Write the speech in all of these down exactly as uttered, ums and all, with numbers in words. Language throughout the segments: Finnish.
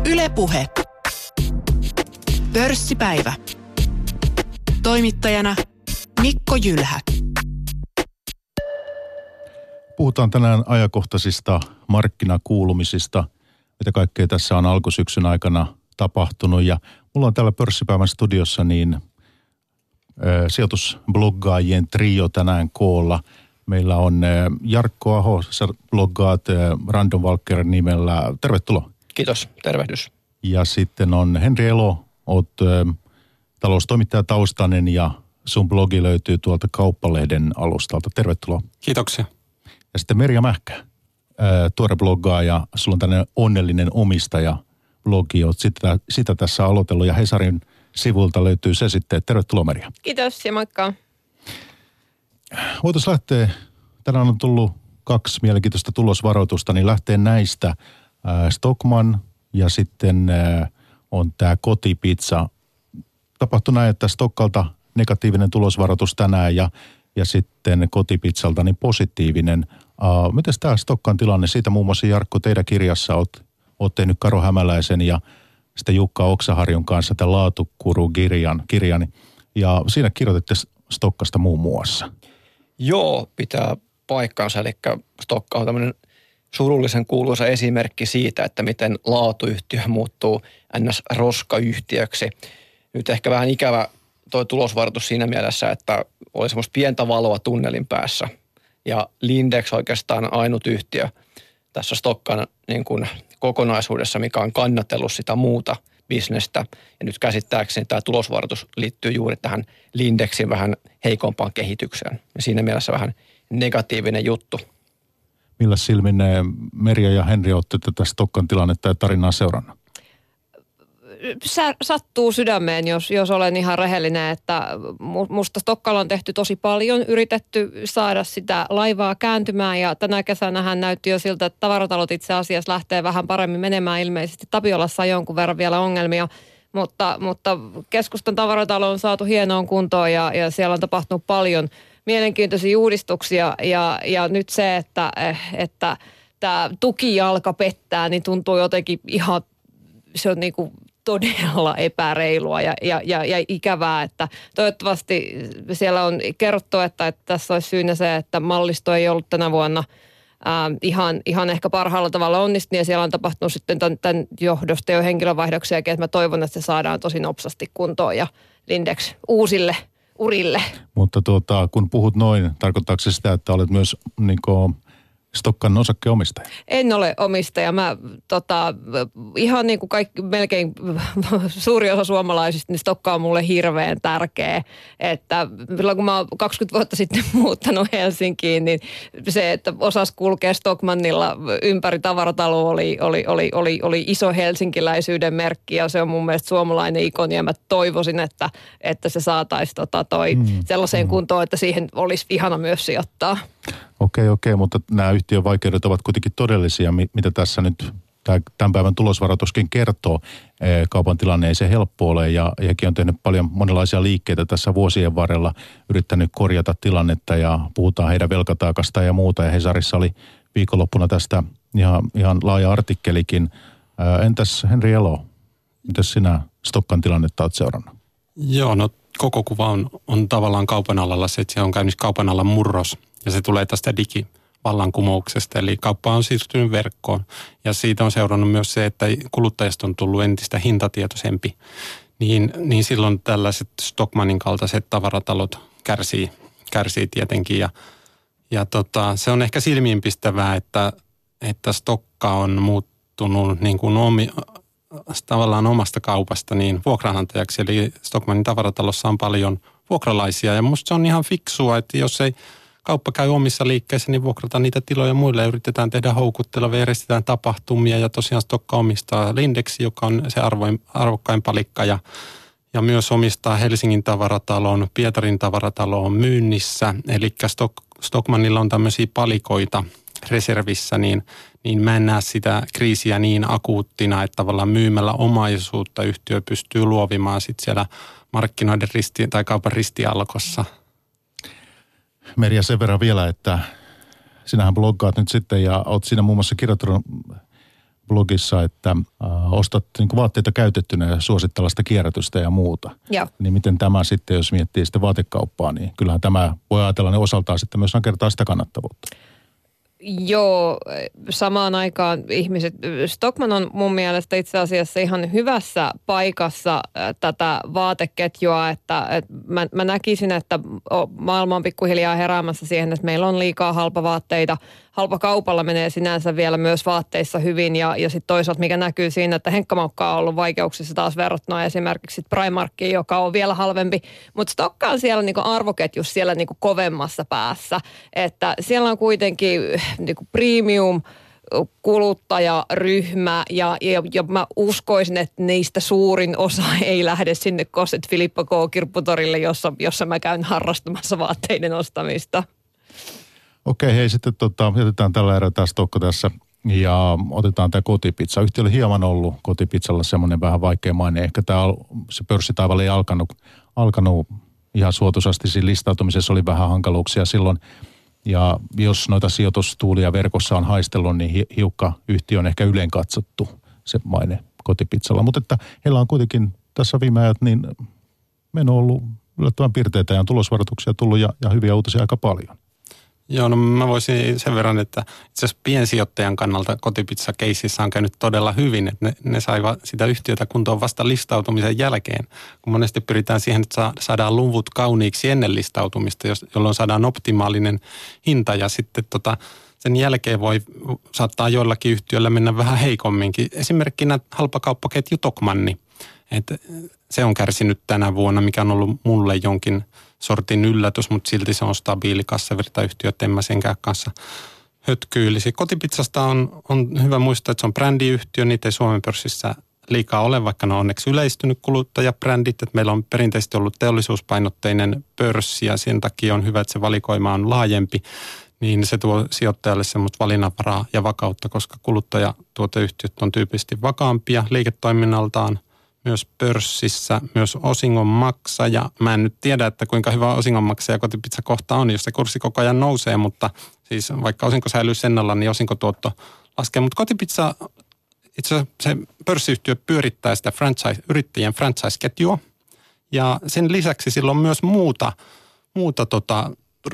Yle Puhe. Pörssipäivä. Toimittajana Mikko Jylhä. Puhutaan tänään ajankohtaisista markkinakuulumisista, mitä kaikkea tässä on alkusyksyn aikana tapahtunut. Ja mulla on täällä Pörssipäivän studiossa niin äh, sijoitusbloggaajien trio tänään koolla. Meillä on äh, Jarkko Aho, sä bloggaat äh, Random Walker nimellä. Tervetuloa. Kiitos, tervehdys. Ja sitten on Henri Elo, oot äh, taloustoimittaja taustainen ja sun blogi löytyy tuolta Kauppalehden alustalta. Tervetuloa. Kiitoksia. Ja sitten Merja Mähkä, ää, tuore bloggaaja, sulla on tämmöinen onnellinen omistaja blogi, oot sitä, sitä tässä aloitellut ja Hesarin sivulta löytyy se sitten. Tervetuloa Merja. Kiitos ja moikka. Voitaisiin lähteä, tänään on tullut kaksi mielenkiintoista tulosvaroitusta, niin lähtee näistä ää, Stockmann ja sitten ää, on tämä kotipizza. Tapahtui näin, että Stockalta negatiivinen tulosvaroitus tänään ja Ja sitten kotipizzalta niin positiivinen. Uh, miten tämä Stockan tilanne? Siitä muun muassa Jarkko, teidän kirjassa olet, olet tehnyt Karo Hämäläisen ja sitten Jukka Oksaharjun kanssa tämän Laatukuru-kirjan. Kirjan, ja siinä kirjoititte Stockasta muun muassa. Joo, pitää paikkansa. Eli Stokka on tämmöinen surullisen kuuluisa esimerkki siitä, että miten laatuyhtiö muuttuu ns. Roskayhtiöksi. Nyt ehkä vähän ikävä toi tulosvaroitus siinä mielessä, että oli semmoista pientä valoa tunnelin päässä. Ja Lindex oikeastaan ainut yhtiö tässä Stockan niin kuin kokonaisuudessa, mikä on kannatellut sitä muuta bisnestä. Ja nyt käsittääkseni tämä tulosvaroitus liittyy juuri tähän Lindexin vähän heikompaan kehitykseen. Ja siinä mielessä vähän negatiivinen juttu. Millä silmin Merja ja Henri olette tätä Stockan tilannetta ja tarinaa seurannut? Sattuu sydämeen, jos, jos olen ihan rehellinen, että musta Stockalla on tehty tosi paljon, yritetty saada sitä laivaa kääntymään ja tänä kesänähän näytti jo siltä, että tavaratalot itse asiassa lähtee vähän paremmin menemään. Ilmeisesti Tapiolassa on jonkun verran vielä ongelmia, mutta, mutta keskustan tavaratalo on saatu hienoon kuntoon ja, ja siellä on tapahtunut paljon mielenkiintoisia uudistuksia ja, ja nyt se, että, että tämä tukijalka pettää, niin tuntuu jotenkin ihan, se on niin kuin todella epäreilua ja, ja, ja, ja ikävää, että toivottavasti siellä on kerrottu, että, että tässä olisi syynä se, että mallisto ei ollut tänä vuonna ää, ihan, ihan ehkä parhaalla tavalla onnistunut ja siellä on tapahtunut sitten tämän, tämän johdosta jo henkilövaihdoksia, että mä toivon, että se saadaan tosi nopsasti kuntoon ja Lindex uusille urille. Mutta tuota, kun puhut noin, tarkoittaako se sitä, että olet myös niin kuin Stockan osakkeenomistaja? En ole omistaja. Mä tota, ihan niin kuin kaikki, melkein suuri osa suomalaisista, niin Stokka on mulle hirveän tärkeä. Että kun mä oon kaksikymmentä vuotta sitten muuttanut Helsinkiin, niin se, että osas kulkea Stockmannilla ympäri tavarataloa oli, oli, oli, oli, oli iso helsinkiläisyyden merkki ja se on mun mielestä suomalainen ikoni ja mä toivoisin, että, että se saataisiin tota, toi mm. sellaiseen mm. kuntoon, että siihen olisi ihana myös sijoittaa. Okei, okei, mutta nämä yhtiön vaikeudet ovat kuitenkin todellisia, mitä tässä nyt tämän päivän tulosvaroituskin kertoo. Kaupan tilanne ei se helppo ole ja hekin on tehnyt paljon monenlaisia liikkeitä tässä vuosien varrella, yrittänyt korjata tilannetta ja puhutaan heidän velkataakasta ja muuta. Ja Hesarissa oli viikonloppuna tästä ihan, ihan laaja artikkelikin. Entäs Henri Elo, mitäs sinä Stockan tilannetta olet seurannut? Joo, no koko kuva on, on tavallaan kaupan alalla se, että se on käynnissä kaupan alan murros. Ja se tulee tästä digivallankumouksesta, eli kauppa on siirtynyt verkkoon. Ja siitä on seurannut myös se, että kuluttajasta on tullut entistä hintatietoisempi. Niin, niin silloin tällaiset Stockmannin kaltaiset tavaratalot kärsii, kärsii tietenkin. Ja, ja tota, se on ehkä silmiinpistävää, että, että Stokka on muuttunut niin kuin omi, tavallaan omasta kaupasta niin vuokranantajaksi. Eli Stockmannin tavaratalossa on paljon vuokralaisia ja musta se on ihan fiksua, että jos ei kauppa käy omissa liikkeissä, niin vuokrataan niitä tiloja muille ja yritetään tehdä houkuttelevia, järjestetään tapahtumia ja tosiaan Stokka omistaa Lindexi, joka on se arvoin, arvokkain palikka ja, ja myös omistaa Helsingin tavaratalon, Pietarin tavaratalo on myynnissä, eli Stock, Stockmannilla on tämmöisiä palikoita reservissä, niin, niin mä en näe sitä kriisiä niin akuuttina, että tavallaan myymällä omaisuutta yhtiö pystyy luovimaan sitten siellä markkinoiden risti, tai kaupan ristialkossa. Merja, sen verran vielä, että sinähän bloggaat nyt sitten ja oot siinä muun muassa kirjoittanut blogissa, että ostat niin kuin vaatteita käytettynä ja suosit tällaista kierrätystä ja muuta. Joo. Niin miten tämä sitten, jos miettii sitten vaatekauppaa, niin kyllähän tämä voi ajatella niin osaltaan sitten myös nakertaa sitä kannattavuutta. Joo, samaan aikaan ihmiset, Stockmann on mun mielestä itse asiassa ihan hyvässä paikassa tätä vaateketjua, että, että mä, mä näkisin, että maailma on pikkuhiljaa heräämässä siihen, että meillä on liikaa halpavaatteita. Halpakaupalla menee sinänsä vielä myös vaatteissa hyvin ja, ja sitten toisaalta mikä näkyy siinä, että Henkkamoukka on ollut vaikeuksissa taas verrattuna esimerkiksi Primarkiin, joka on vielä halvempi, mutta Stokka on siellä niinku arvoketjussa siellä niinku kovemmassa päässä, että siellä on kuitenkin niinku premium kuluttajaryhmä ja, ja, ja mä uskoisin, että niistä suurin osa ei lähde sinne Kosset Filippo K-kirpputorille, jossa, jossa mä käyn harrastamassa vaatteiden ostamista. Okei, hei sitten tota, jätetään tällä erää tämä Stokka tässä ja otetaan tämä kotipizza. Yhtiö oli hieman ollut kotipizzalla semmoinen vähän vaikea maine. Ehkä tämä, se pörssitaivalle ei alkanut, alkanut ihan suotuisasti. Siinä listautumisessa oli vähän hankaluuksia silloin. Ja jos noita sijoitustuulia verkossa on haistellut, niin hiukka yhtiö on ehkä yleen katsottu se maine kotipizzalla. Mutta että heillä on kuitenkin tässä viime ajat niin meno ollut yllättävän pirteitä ja on tulosvaroituksia tullut ja, ja hyviä uutisia aika paljon. Joo, no mä voisin sen verran, että itse asiassa piensijoittajan kannalta kotipizza-keississä on käynyt todella hyvin, että ne, ne saivat sitä yhtiötä kuntoon vasta listautumisen jälkeen, kun monesti pyritään siihen, että saadaan luvut kauniiksi ennen listautumista, jolloin saadaan optimaalinen hinta ja sitten tota, sen jälkeen voi saattaa joillakin yhtiöillä mennä vähän heikomminkin. Esimerkkinä halpakauppaketju Tokmanni, että se on kärsinyt tänä vuonna, mikä on ollut mulle jonkin sortin yllätys, mutta silti se on stabiili kassavirtayhtiö, että en mä senkään kanssa hötkyilisi. Kotipizzasta on, on hyvä muistaa, että se on brändiyhtiö, niitä ei Suomen pörssissä liikaa ole, vaikka ne on onneksi yleistynyt kuluttajabrändit, että meillä on perinteisesti ollut teollisuuspainotteinen pörssi ja sen takia on hyvä, että se valikoima on laajempi, niin se tuo sijoittajalle semmoista valinnanvaraa ja vakautta, koska kuluttajatuoteyhtiöt on tyypillisesti vakaampia liiketoiminnaltaan, myös pörssissä, myös osingonmaksaja. Mä en nyt tiedä, että kuinka hyvä osingonmaksaja kotipizza kohta on, jos se kurssi koko ajan nousee, mutta siis vaikka osinko säilyy sennalla, niin osinkotuotto laskee. Mutta kotipizza, itse asiassa se pörssiyhtiö pyörittää sitä franchise, yrittäjien franchise-ketjua. Ja sen lisäksi sillä on myös muuta, muuta tota,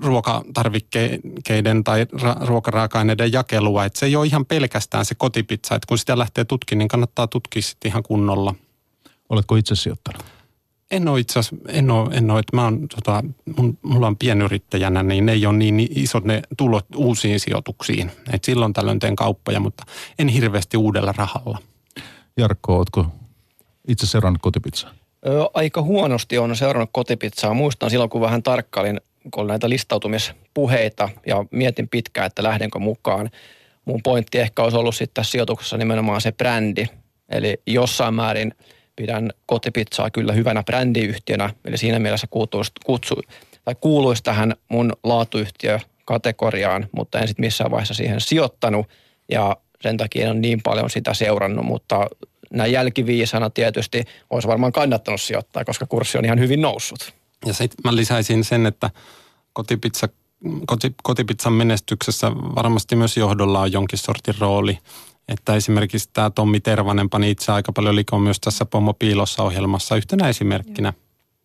ruokatarvikkeiden tai ra- ruokaraaka-aineiden jakelua. Että se ei ole ihan pelkästään se kotipizza, että kun sitä lähtee tutkimaan, niin kannattaa tutkia sitten ihan kunnolla. Oletko itse sijoittanut? En ole itse asiassa, en ole, en ole että mä oon, tota, mun, mulla on pienyrittäjänä, niin ne ei ole niin isot ne tulot uusiin sijoituksiin. Et silloin tällöin teen kauppoja, mutta en hirveästi uudella rahalla. Jarkko, ootko itse seurannut kotipizzaa? Öö, aika huonosti on seurannut kotipizzaa. Muistan silloin, kun vähän tarkkailin, kun oli näitä listautumispuheita ja mietin pitkään, että lähdenkö mukaan. Mun pointti ehkä olisi ollut sitten tässä sijoituksessa nimenomaan se brändi. Eli jossain määrin pidän kotipizzaa kyllä hyvänä brändiyhtiönä, eli siinä mielessä kuuluisi, kutsu, tai kuuluisi tähän mun laatuyhtiökategoriaan, mutta en sitten missään vaiheessa siihen sijoittanut, ja sen takia en ole niin paljon sitä seurannut, mutta näin jälkiviisana tietysti olisi varmaan kannattanut sijoittaa, koska kurssi on ihan hyvin noussut. Ja sitten mä lisäisin sen, että kotipizza, koti, kotipizzan menestyksessä varmasti myös johdolla on jonkin sortin rooli. Että esimerkiksi tämä Tommi Tervanen pani itse aika paljon likoon myös tässä Pomo Piilossa -ohjelmassa yhtenä esimerkkinä.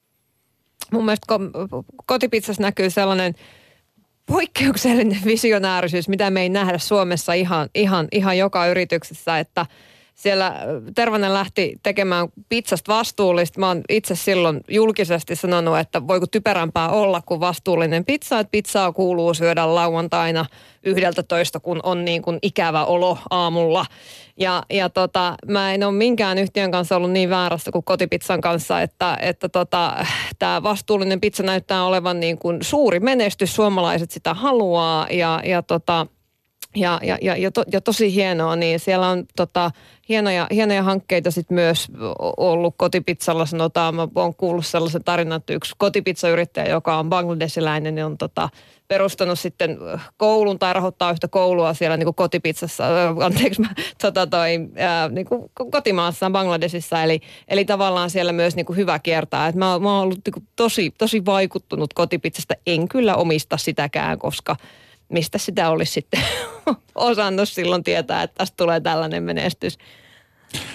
Mun mielestä kotipizzassa näkyy sellainen poikkeuksellinen visionäärisyys, mitä me ei nähdä Suomessa ihan, ihan, ihan joka yrityksessä, että siellä Tervanen lähti tekemään pizzasta vastuullista. Mä oon itse silloin julkisesti sanonut, että voiko typerämpää olla kuin vastuullinen pizza. Että pizzaa kuuluu syödä lauantaina yhdeltä toista, kun on niin kuin ikävä olo aamulla. Ja, ja tota, mä en ole minkään yhtiön kanssa ollut niin väärässä kuin kotipizzan kanssa, että, että tota, tämä vastuullinen pizza näyttää olevan niin kuin suuri menestys. Suomalaiset sitä haluaa ja, ja tota... Ja, ja, ja, ja, to, ja tosi hienoa, niin siellä on tota, hienoja, hienoja hankkeita sitten myös ollut kotipizzalla, sanotaan. Mä oon kuullut sellaisen tarinan, että yksi kotipizzayrittäjä, joka on bangladesiläinen, niin on tota, perustanut sitten koulun tai rahoittaa yhtä koulua siellä niin kuin kotipizzassa, anteeksi mä, tota toi, ää, niin kuin kotimaassaan Bangladesissa. Eli, eli tavallaan siellä myös niin kuin hyvä kiertää. Et mä, mä oon ollut niin kuin tosi, tosi vaikuttunut kotipizzasta, en kyllä omista sitäkään, koska mistä sitä olisi sitten osannut silloin tietää, että tästä tulee tällainen menestys.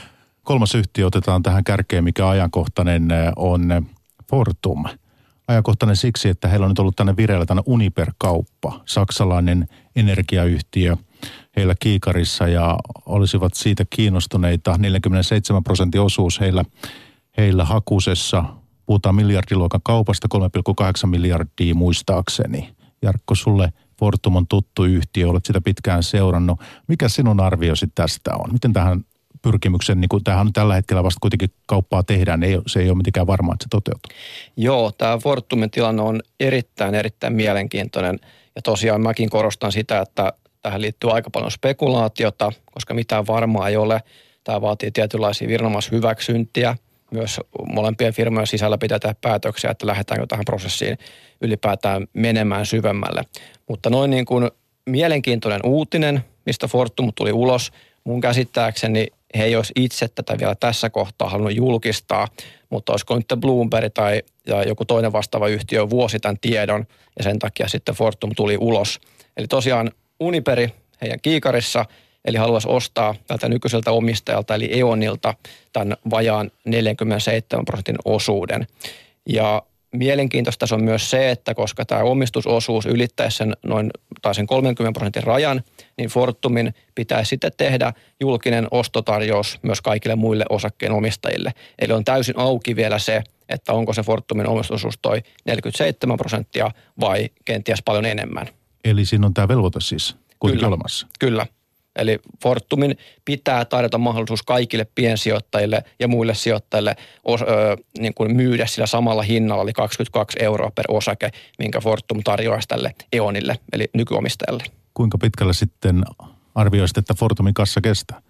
Kolmas yhtiö otetaan tähän kärkeen, mikä ajankohtainen on Fortum. Ajankohtainen siksi, että heillä on nyt ollut tänne vireillä tänne Uniper-kauppa, saksalainen energiayhtiö heillä kiikarissa ja olisivat siitä kiinnostuneita. neljäkymmentäseitsemän prosentin osuus heillä, heillä hakusessa. Puhutaan miljardiluokan kaupasta, kolme pilkku kahdeksan miljardia muistaakseni. Jarkko, sulle Fortum on tuttu yhtiö, olet sitä pitkään seurannut. Mikä sinun arviosi tästä on? Miten tähän pyrkimyksen, niin kuin tähän tällä hetkellä vasta kuitenkin kauppaa tehdään, ei, se ei ole mitenkään varmaa, että se toteutuu? Joo, tämä Fortumin tilanne on erittäin, erittäin mielenkiintoinen. Ja tosiaan mäkin korostan sitä, että tähän liittyy aika paljon spekulaatiota, koska mitään varmaa ei ole. Tämä vaatii tietynlaisia viranomaishyväksyntiä. Myös molempien firmojen sisällä pitää tehdä päätöksiä, että lähdetäänkö tähän prosessiin ylipäätään menemään syvemmälle. Mutta noin niin kuin mielenkiintoinen uutinen, mistä Fortum tuli ulos, mun käsittääkseni he ei olisi itse tätä vielä tässä kohtaa halunnut julkistaa, mutta olisiko nyt Bloomberg tai ja joku toinen vastaava yhtiö vuosi tämän tiedon ja sen takia sitten Fortum tuli ulos. Eli tosiaan Uniperi heidän kiikarissa, eli haluaisi ostaa tältä nykyiseltä omistajalta eli E ONilta tämän vajaan neljäkymmentäseitsemän prosentin osuuden. Ja mielenkiintoista tässä on myös se, että koska tämä omistusosuus ylittäisi sen noin tai sen kolmenkymmenen prosentin rajan, niin Fortumin pitäisi sitten tehdä julkinen ostotarjous myös kaikille muille osakkeen omistajille. Eli on täysin auki vielä se, että onko se Fortumin omistusosuus toi neljäkymmentäseitsemän prosenttia vai kenties paljon enemmän. Eli siinä on tämä velvoite siis kuitenkin olemassa? Kyllä. Eli Fortumin pitää tarjota mahdollisuus kaikille piensijoittajille ja muille sijoittajille os, ö, niin kuin myydä sillä samalla hinnalla, eli kaksikymmentäkaksi euroa per osake, minkä Fortum tarjoaisi tälle E ONille, eli nykyomistajalle. Kuinka pitkälle sitten arvioisit, että Fortumin kassa kestää?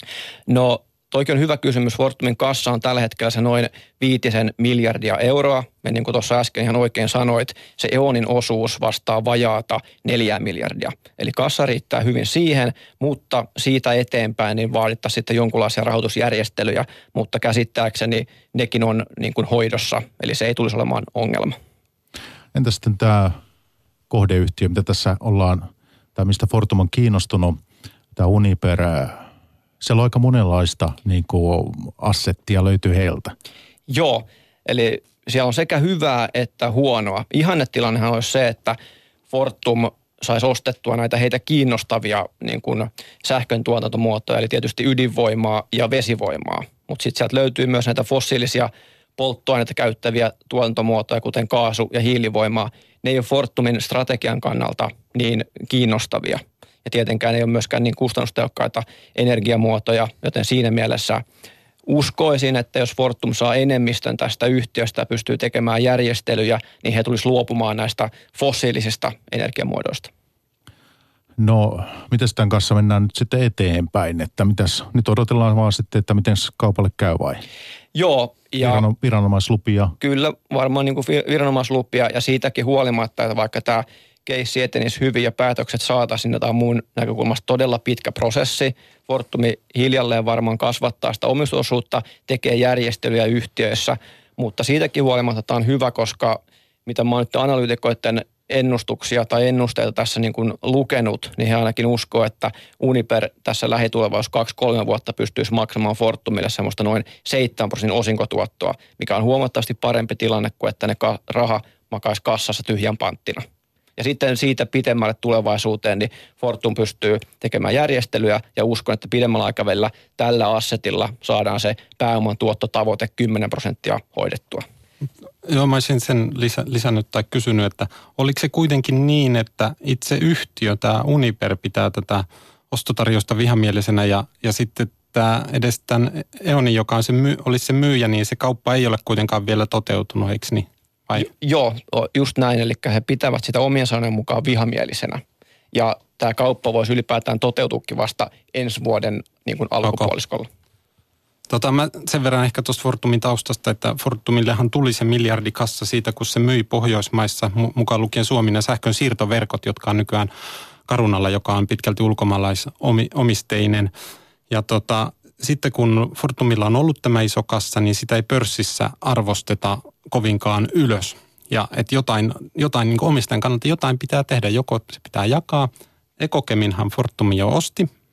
No, toikin on hyvä kysymys. Fortumin kassa on tällä hetkellä se noin viitisen miljardia euroa. Ja niin kuin tuossa äsken ihan oikein sanoit, se E ONin osuus vastaa vajaata neljää miljardia. Eli kassa riittää hyvin siihen, mutta siitä eteenpäin niin vaadittaisiin sitten jonkinlaisia rahoitusjärjestelyjä, mutta käsittääkseni nekin on niin kuin hoidossa, eli se ei tulisi olemaan ongelma. Entä sitten tämä kohdeyhtiö, mitä tässä ollaan, tai mistä Fortum on kiinnostunut, tämä Uniper? Siellä on aika monenlaista niin kuin assettia löytyy heiltä. Joo, eli siellä on sekä hyvää että huonoa. Ihannetilannehan olisi se, että Fortum saisi ostettua näitä heitä kiinnostavia niin kuin sähkön tuotantomuotoja, eli tietysti ydinvoimaa ja vesivoimaa. Mutta sitten sieltä löytyy myös näitä fossiilisia polttoaineita käyttäviä tuotantomuotoja, kuten kaasu- ja hiilivoimaa. Ne ei ole Fortumin strategian kannalta niin kiinnostavia. Ja tietenkään ei ole myöskään niin kustannustehokkaita energiamuotoja, joten siinä mielessä uskoisin, että jos Fortum saa enemmistön tästä yhtiöstä ja pystyy tekemään järjestelyjä, niin he tulisi luopumaan näistä fossiilisista energiamuodoista. No, miten tämän kanssa mennään nyt sitten eteenpäin? Että mitäs, nyt odotellaan vaan sitten, että miten kaupalle käy vai? Joo. Ja Virano, viranomaislupia. Kyllä, varmaan niin kuin viranomaislupia ja siitäkin huolimatta, että vaikka tämä keissi etenisi hyvin ja päätökset saataisiin, tämä on mun näkökulmasta todella pitkä prosessi. Fortumi hiljalleen varmaan kasvattaa sitä omistusosuutta, tekee järjestelyjä yhtiöissä, mutta siitäkin huolimatta tämä on hyvä, koska mitä mä oon nyt analyytikoiden ennustuksia tai ennusteita tässä niin kuin lukenut, niin he ainakin uskoo, että Uniper tässä lähitulevaisuus kaksi kolme vuotta pystyisi maksamaan Fortumille semmoista noin seitsemän prosentin osinkotuottoa, mikä on huomattavasti parempi tilanne kuin että ne raha makaisi kassassa tyhjän panttina. Ja sitten siitä pitemmälle tulevaisuuteen, niin Fortum pystyy tekemään järjestelyjä ja uskon, että pidemmällä aikavälillä tällä assetilla saadaan se pääoman tuottotavoite kymmenen prosenttia hoidettua. Joo, mä olisin sen lisä, lisännyt tai kysynyt, että oliko se kuitenkin niin, että itse yhtiö, tämä Uniper, pitää tätä ostotarjousta vihamielisenä ja, ja sitten tämä edes tämän E ONin, joka on se my, olisi se myyjä, niin se kauppa ei ole kuitenkaan vielä toteutunut, eikö niin? Vai? Joo, just näin, eli he pitävät sitä omien sanojen mukaan vihamielisenä. Ja tämä kauppa voisi ylipäätään toteutuukin vasta ensi vuoden niin kuin alkupuoliskolla. Tota, mä sen verran ehkä tuosta Fortumin taustasta, että Fortumillehan tuli se miljardikassa siitä, kun se myi Pohjoismaissa, mukaan lukien Suomi, ja sähkön siirtoverkot, jotka on nykyään Carunalla, joka on pitkälti ulkomaalaisomisteinen. Ja tota, sitten kun Fortumilla on ollut tämä iso kassa, niin sitä ei pörssissä arvosteta kovinkaan ylös. Ja että jotain, jotain niin kuin omistajan kannalta jotain pitää tehdä, joko se pitää jakaa. Ekokeminhan Fortumi jo osti.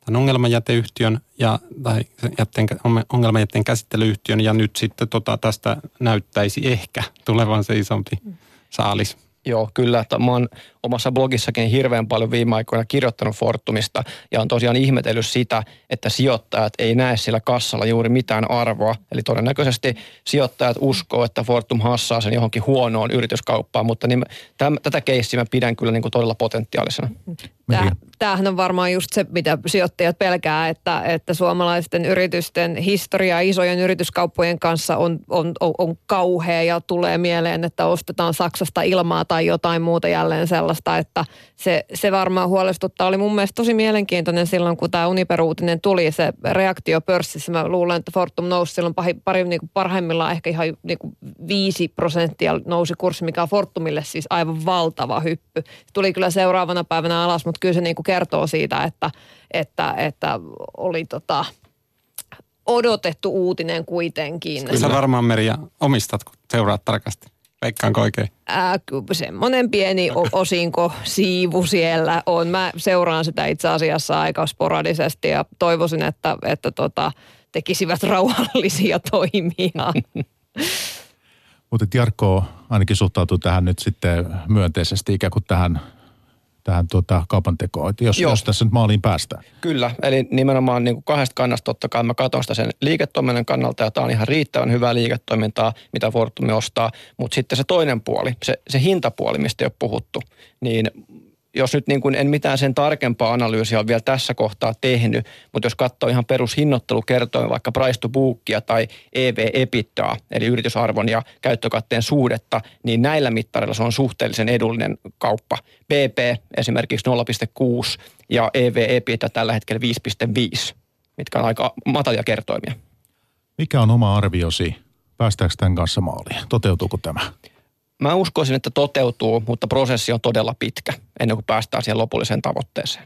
tämän ongelmajäteyhtiön ja, tai jätteen, ongelmajätteen käsittelyyhtiön ja nyt sitten tota, tästä näyttäisi ehkä tulevan se isompi saalis. Joo, kyllä. Mä oon omassa blogissakin hirveän paljon viime aikoina kirjoittanut Fortumista ja on tosiaan ihmetellyt sitä, että sijoittajat ei näe sillä kassalla juuri mitään arvoa. Eli todennäköisesti sijoittajat uskoo, että Fortum hassaa sen johonkin huonoon yrityskauppaan, mutta niin, täm, tätä keissiä mä pidän kyllä niin kuin todella potentiaalisena. Tää, tämähän on varmaan just se, mitä sijoittajat pelkää, että, että suomalaisten yritysten historia isojen yrityskauppojen kanssa on, on, on, on kauhea ja tulee mieleen, että ostetaan Saksasta ilmaa tai jotain muuta jälleen sellaista, että se, se varmaan huolestuttaa. Oli mun mielestä tosi mielenkiintoinen silloin, kun tämä Uniper-uutinen tuli, se reaktio pörssissä. Mä luulen, että Fortum nousi silloin pari, pari niin kuin parhaimmillaan ehkä ihan niin kuin viisi prosenttia nousi kurssi, mikä on Fortumille siis aivan valtava hyppy. Se tuli kyllä seuraavana päivänä alas, mutta kyllä se niin kuin kertoo siitä, että, että, että oli tota odotettu uutinen kuitenkin. Kyllä sä varmaan, Merja, omistat, kun seuraat tarkasti. Veikkaanko oikein? Ää, semmoinen pieni osinko siivu siellä on. Mä seuraan sitä itse asiassa aika sporadisesti ja toivoisin, että, että tota, tekisivät rauhallisia toimia. Mutta Jarkko ainakin suhtautuu tähän nyt sitten myönteisesti ikään kuin tähän, tähän tuota kaupantekoon, jos, jos tässä nyt maaliin päästään. Kyllä, eli nimenomaan niin kuin kahdesta kannasta totta kai mä katson sitä sen liiketoiminnan kannalta ja tämä on ihan riittävän hyvää liiketoimintaa, mitä Fortum ostaa, mutta sitten se toinen puoli, se, se hintapuoli, mistä ei ole puhuttu, niin jos nyt niin kuin en mitään sen tarkempaa analyysiä ole vielä tässä kohtaa tehnyt, mutta jos katsoo ihan perushinnoittelukertoimen, vaikka price to bookia tai E V/EBITDAa, eli yritysarvon ja käyttökatteen suhdetta, niin näillä mittareilla se on suhteellisen edullinen kauppa. B P esimerkiksi nolla pilkku kuusi ja E V/EBITDA tällä hetkellä viisi pilkku viisi, mitkä on aika matalia kertoimia. Mikä on oma arviosi? Päästäänkö tämän kanssa maaliin? Toteutuuko tämä? Mä uskoisin, että toteutuu, mutta prosessi on todella pitkä ennen kuin päästään siihen lopulliseen tavoitteeseen.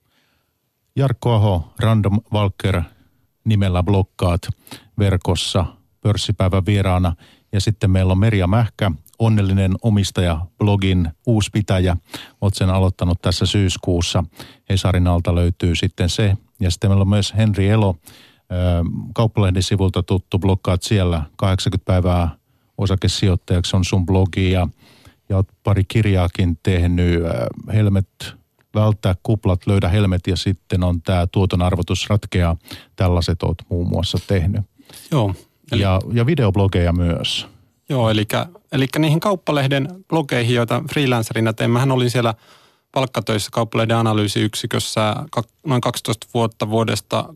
Jarkko Aho, Random Walker nimellä blokkaat verkossa pörssipäivän vieraana. Ja sitten meillä on Merja Mähkä, onnellinen omistaja, blogin uuspitäjä. Olet sen aloittanut tässä syyskuussa. Hesarin alta löytyy sitten se. Ja sitten meillä on myös Henri Elo, Kauppalehden sivulta tuttu, blokkaat siellä kahdeksankymmentä päivää osakesijoittajaksi on sun blogi ja, ja olet pari kirjaakin tehnyt. Helmet, välttää kuplat, löydä helmet ja sitten on tämä tuoton arvotus ratkeaa. Tällaiset olet muun muassa tehnyt. Joo. Eli... Ja, ja videoblogeja myös. Joo, eli, eli niihin Kauppalehden blogeihin, joita freelancerina tein. Mähän olin siellä palkkatöissä Kauppalehden analyysiyksikössä noin kaksitoista vuotta vuodesta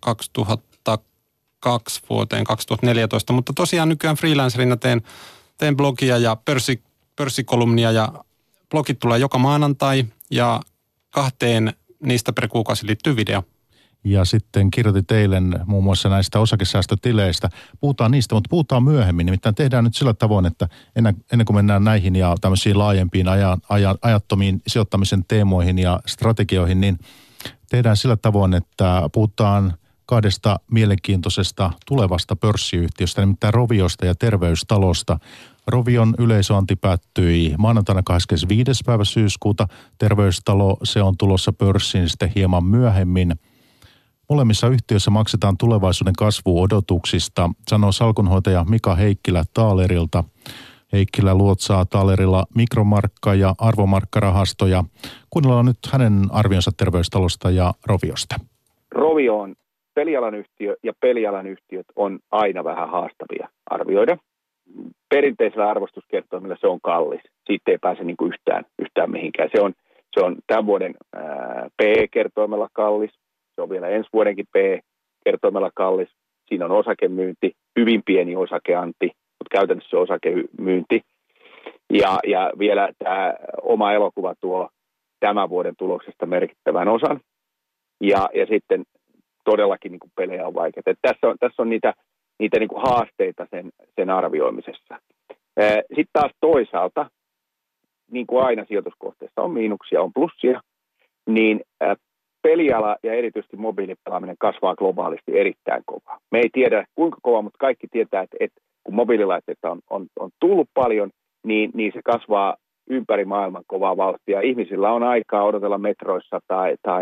kaksituhattakaksi vuoteen kaksituhattaneljätoista, mutta tosiaan nykyään freelancerina teen, teen blogia ja pörssi, pörssikolumnia ja blogit tulee joka maanantai ja kahteen niistä per kuukausi liittyy video. Ja sitten kirjoitit eilen muun muassa näistä osakesäästötileistä. Puhutaan niistä, mutta puhutaan myöhemmin. Nimittäin tehdään nyt sillä tavoin, että ennen, ennen kuin mennään näihin ja tämmöisiin laajempiin aja, aja, ajattomiin sijoittamisen teemoihin ja strategioihin, niin tehdään sillä tavoin, että puhutaan kahdesta mielenkiintoisesta tulevasta pörssiyhtiöstä, nimittäin Roviosta ja Terveystalosta. Rovion yleisöanti päättyi maanantaina kahdeskymmenesviides päivä syyskuuta. Terveystalo, se on tulossa pörssiin sitten hieman myöhemmin. Molemmissa yhtiöissä maksetaan tulevaisuuden kasvuodotuksista, sanoo salkunhoitaja Mika Heikkilä Taalerilta. Heikkilä luotsaa Taalerilla mikromarkka- ja arvomarkkarahastoja. Kuunnellaan nyt hänen arvionsa Terveystalosta ja Roviosta. Rovio on pelialan yhtiö ja pelialan yhtiöt on aina vähän haastavia arvioida. Perinteisellä arvostuskertoimella se on kallis. Siitä ei pääse niin kuin yhtään, yhtään mihinkään. Se on, se on tämän vuoden ää, P E-kertoimella kallis. Se on vielä ensi vuodenkin P E-kertoimella kallis. Siinä on osakemyynti, hyvin pieni osakeanti, mutta käytännössä se on osakemyynti. Ja, ja vielä tämä oma elokuva tuo tämän vuoden tuloksesta merkittävän osan. Ja, ja sitten todellakin niin kuin pelejä on vaikeita. Tässä on, tässä on niitä, niitä niin kuin haasteita sen, sen arvioimisessa. Sitten taas toisaalta, niin kuin aina sijoituskohteessa on miinuksia, on plussia, niin peliala ja erityisesti mobiilipelaaminen kasvaa globaalisti erittäin kovaa. Me ei tiedä kuinka kovaa, mutta kaikki tietää, että, että kun mobiililaitteita on, on, on tullut paljon, niin, niin se kasvaa ympäri maailman kovaa vauhtia. Ihmisillä on aikaa odotella metroissa tai, tai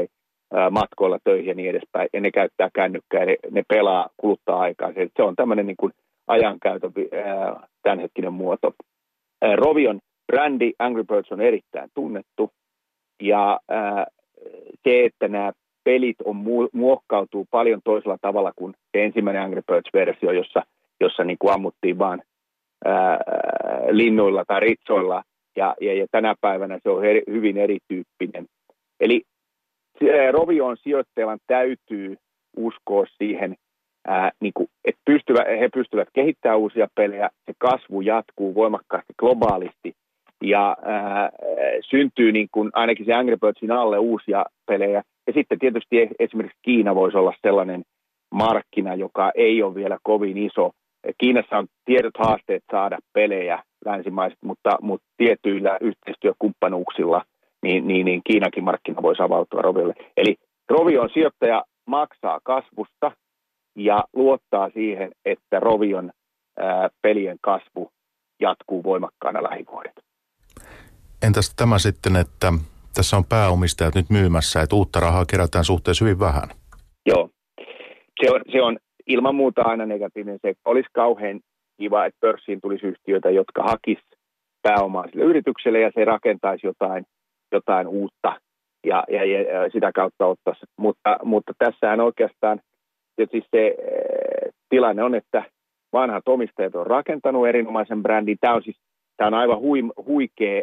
matkoilla töihin ja niin edespäin, ja ne käyttää kännykkää, ja ne, ne pelaa, kuluttaa aikaa. Se, se on tämmöinen niin kuin ajankäytön tämänhetkinen muoto. Ää, Rovion brändi Angry Birds on erittäin tunnettu, ja ää, se, että nämä pelit on mu- muokkautuu paljon toisella tavalla kuin se ensimmäinen Angry Birds-versio, jossa, jossa niin kuin ammuttiin vaan ää, linnuilla tai ritsoilla, ja, ja, ja tänä päivänä se on eri, hyvin erityyppinen. Eli Rovioon sijoittajan täytyy uskoa siihen, ää, niin kuin, että pystyvät, he pystyvät kehittämään uusia pelejä, se kasvu jatkuu voimakkaasti globaalisti ja ää, syntyy niin kuin ainakin se Angry Birdsin alle uusia pelejä. Ja sitten tietysti esimerkiksi Kiina voisi olla sellainen markkina, joka ei ole vielä kovin iso. Kiinassa on tietyt haasteet saada pelejä länsimaiset, mutta, mutta tietyillä yhteistyökumppanuuksilla Niin, niin, niin Kiinakin markkina voisi avautua Roviolle. Eli Rovion sijoittaja maksaa kasvusta ja luottaa siihen, että Rovion ää, pelien kasvu jatkuu voimakkaana lähivuodet. Entäs tämä sitten, että tässä on pääomistajat nyt myymässä, että uutta rahaa kerätään suhteessa hyvin vähän? Joo, se on, se on ilman muuta aina negatiivinen. Se olisi kauhean kiva, että pörssiin tulisi yhtiöitä, jotka hakis pääomaa sille yritykselle ja se rakentaisi jotain jotain uutta ja, ja, ja sitä kautta ottaisi. Mutta, mutta tässähän oikeastaan tietysti se e, tilanne on, että vanhat omistajat on rakentanut erinomaisen brändin. Tämä on siis tämä on aivan hui, huikea